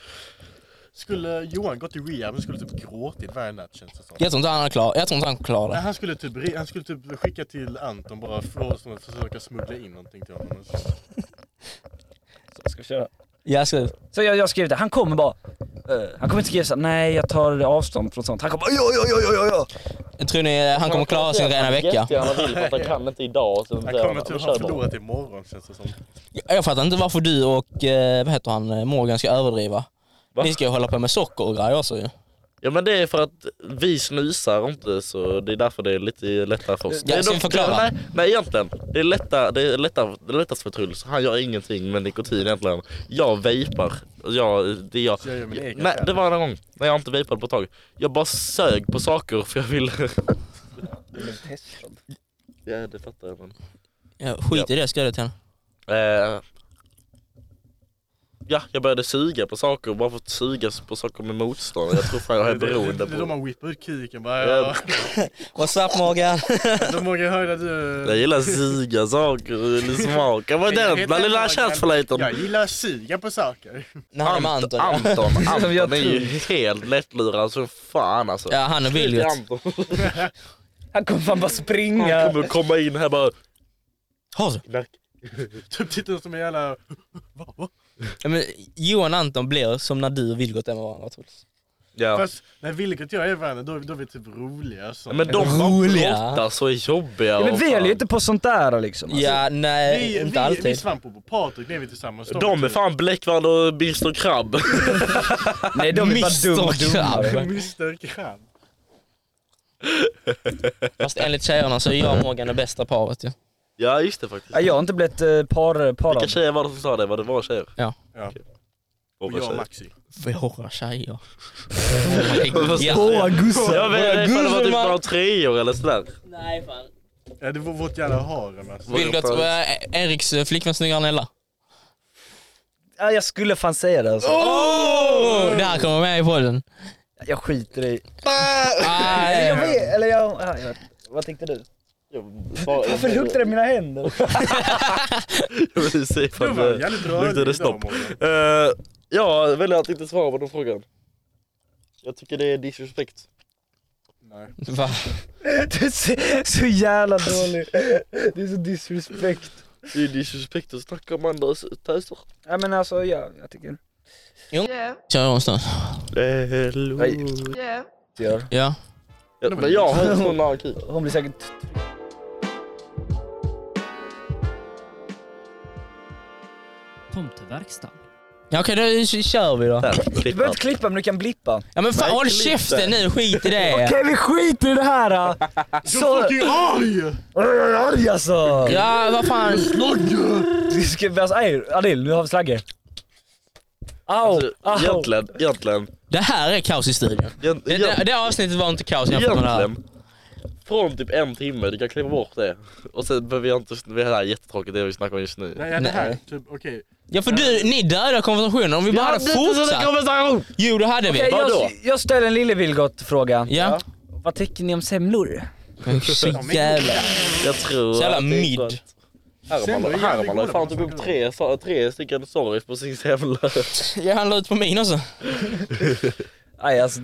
Skulle Johan gått till rehab, han skulle typ gråtit varje natt känns det som. Jag tror inte han är klar. Jag tror inte han klarar Nej, det. han skulle typ skicka till Anton bara för att försöka smuggla in någonting till honom. Så ska vi köra. Jag ska... Så jag skrev det, han kommer bara. Han kommer inte skriva så här, nej jag tar avstånd från sånt. Han kommer bara ja. Jag tror ni han kommer klara sin rena vecka? Jättegärna vill för att han kan inte idag. Så Han kommer typ ha förlorat imorgon känns det som. Jag fattar inte varför du och vad heter han, Morgan ska överdriva. Va? Ni ska ju hålla på med socker och grejer också ju. Ja men det är för att vi snusar inte så det är därför det är lite lättare för oss. Ja, ska vi förklara? Nej egentligen. Det är lättast för Truls. Han gör ingenting med nikotin egentligen. Jag vapar. Nej, det var en gång när jag inte vapade på ett tag. Jag bara sög på saker för jag ville. Ja det fattar jag men. Ja, skit i det stödet här. Ja, jag började suga på saker och bara fått suga på saker med motstånd. Jag tror fan jag är beroende på. Det är då man whippar ut kuken bara. What's up Morgan? Då Morgan hörde att du... Jag gillar suga saker och smaka. Vad är det? Den lilla köttfläten. Jag gillar suga på saker. Nej, han är med Anton. Anton är ju helt lättlurad som fan alltså. Ja, han är Vilgot. Han kommer fan bara springa. Han kommer komma in här bara. Har du? Typ tittar som en jävla... Va? Ja, men Johan och Anton blir som när du och Vilgot är med varandra, Truls. Ja. Fast när Vilgot och jag är varandra, då är vi typ roliga. Så. Men de brottar så jobbiga. Ja, men vi är ju inte på sånt där liksom. Alltså. Ja, nej, inte alltid. Vi svamp på Patrik när vi tillsammans. De är fan Bläckvand och Mr. Krabb. Nej, de är bara dumma. Mr. Krabb. Fast enligt tjejerna så är jag och Morgan det bästa paret ju. Ja just det faktiskt. Ja, jag har inte blivit parad. Vilka tjejer var det som sa det? Var det våra tjejer? Ja. Okay. Och jag och Maxi. Våra tjejer. Våra gussar. Jag vet inte ifall det var typ några 3 år eller sådär. Nej fan. Ja, det var vårt jävla harem alltså. Vilgot, Eriks flickvän snyggare än Ella? Ja, jag skulle fan säga det alltså. Det här kommer med i podden. Jag skiter i. Jag vet. Vad tänkte du? Varför luktar det mina händer? Jag vill se ifall det luktar det stopp. Jag väljer att inte svara på den frågan. Jag tycker det är disrespect. Nej. Va? Du är så jävla dålig. Det är så disrespect. Det är disrespect att snacka om andras tester. Ja men alltså, ja, jag tycker... Jo. Kör någonstans. Ja. Men jag har inte någon arkiv. Hon blir säkert... Tomteverkstan. Ja okej, då kör vi då. Du behöver inte klippa men du kan blippa. Ja men fan, håll käften nu, skit i det. Okej, vi skiter i det här. Så fucking arg! Arg alltså. Ja, vad fan. Vi ska Adil, nu har vi slagger. Alltså, egentligen. Det här är kaos i studion. Det avsnittet var inte kaos jämfört med det här. Från typ 1 timme, du kan klippa bort det. Och sen behöver jag inte, det här är jättetråkigt det vi snackar om just nu. Nej, det här, typ, okej. Ja för ni dödade konversationen, om vi bara hade fortsatt. Jo det hade vi. Jag ställer en lille Vilgot-fråga. Ja. Vad tycker ni om semlor? Så jävla. Jag tror så jävla att det är mid. gott. Herman har fan typ upp 3 stycken stories på sin semla. Jag handlar ut på min också. Nej alltså...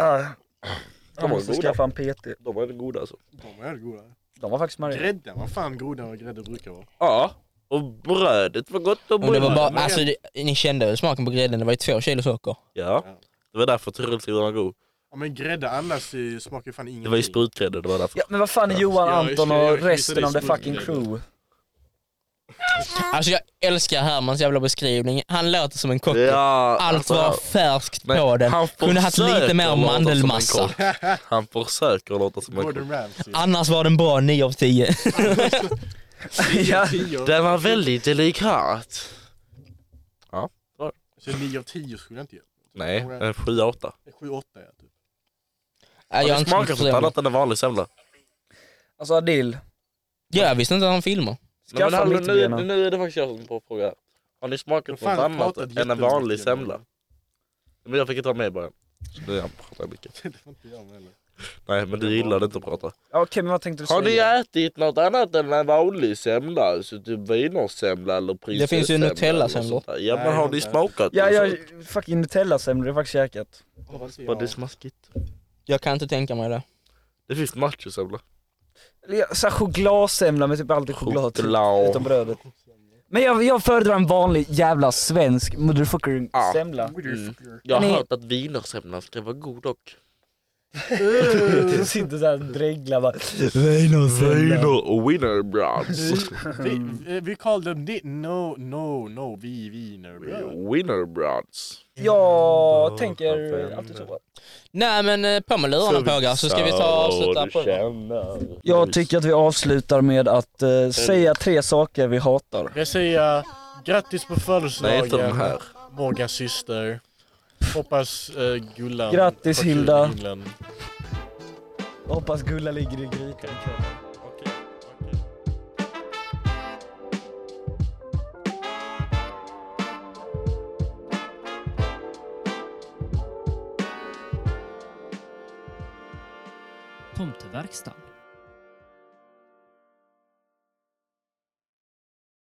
De var goda. Skaffa en PT. De var goda alltså. De är goda. De var faktiskt marga. Grädden var fan godare än grädde brukar vara. Ja, och brödet var gott och det var bara, alltså ni kände väl smaken på grädden, det var ju 2 kilo socker. Ja, det var därför Trullsiden var god. Ja men grädde annars smakar fan ingenting. Det var ju sprutgrädde, det var därför. Ja men vad fan är Johan, Anton och resten av the fucking crew? Alltså jag älskar Hermans jävla beskrivning. Han låter som en kock. Ja, allt var färskt på den. Kunde haft lite mer mandelmassa. Han försöker låta som en kock. Annars var den bra 9 av 10. Ja. Den var väldigt delikat. Ja, bra. Så 9 av 10 skulle jag inte göra. Nej, en 7-8. 7-8 ja typ. Det smakar som annat än en vanlig semla. Alltså Adil. Ja, jag visste inte att han filmar. Nu är det faktiskt jag som får fråga. Har ni smakat på något annat än en vanlig semla? Men jag fick inte vara med bara. Nu pratar jag mycket. Det får inte jag med heller. Nej, men du gillade inte att prata. Okej, men vad tänkte du säga? Har ni ätit något annat än en vanlig semla? Så typ wienersemla eller prinsessemla? Det finns ju Nutella-semlor. Ja, men har ni smakat? Ja, fucking Nutella-semlor, det är faktiskt käkat. Var det smaskigt? Jag kan inte tänka mig det. Det finns machosemla. Så chokladsemla med typ alltid choklad. Utom brödet. Men jag föredrar en vanlig jävla svensk motherfucker semla. Jag har hört att wienersemla ska vara god dock. Du sitter såhär och dreglar bara. Weiner Wienerbrands. Vi call them wiener. Wienerbrands. Jag tänker alltid så. Nej men på med lurarna pågar så ska vi ta och avsluta på det. Jag tycker att vi avslutar med att säga 3 saker vi hatar. Jag säger grattis på Nej, inte den födelsedagen, här. Morgans syster. Hoppas Gulla... Grattis, får kul Hilda. i himlen. Hoppas Gulla ligger i grytan ikväll. Tomteverkstan.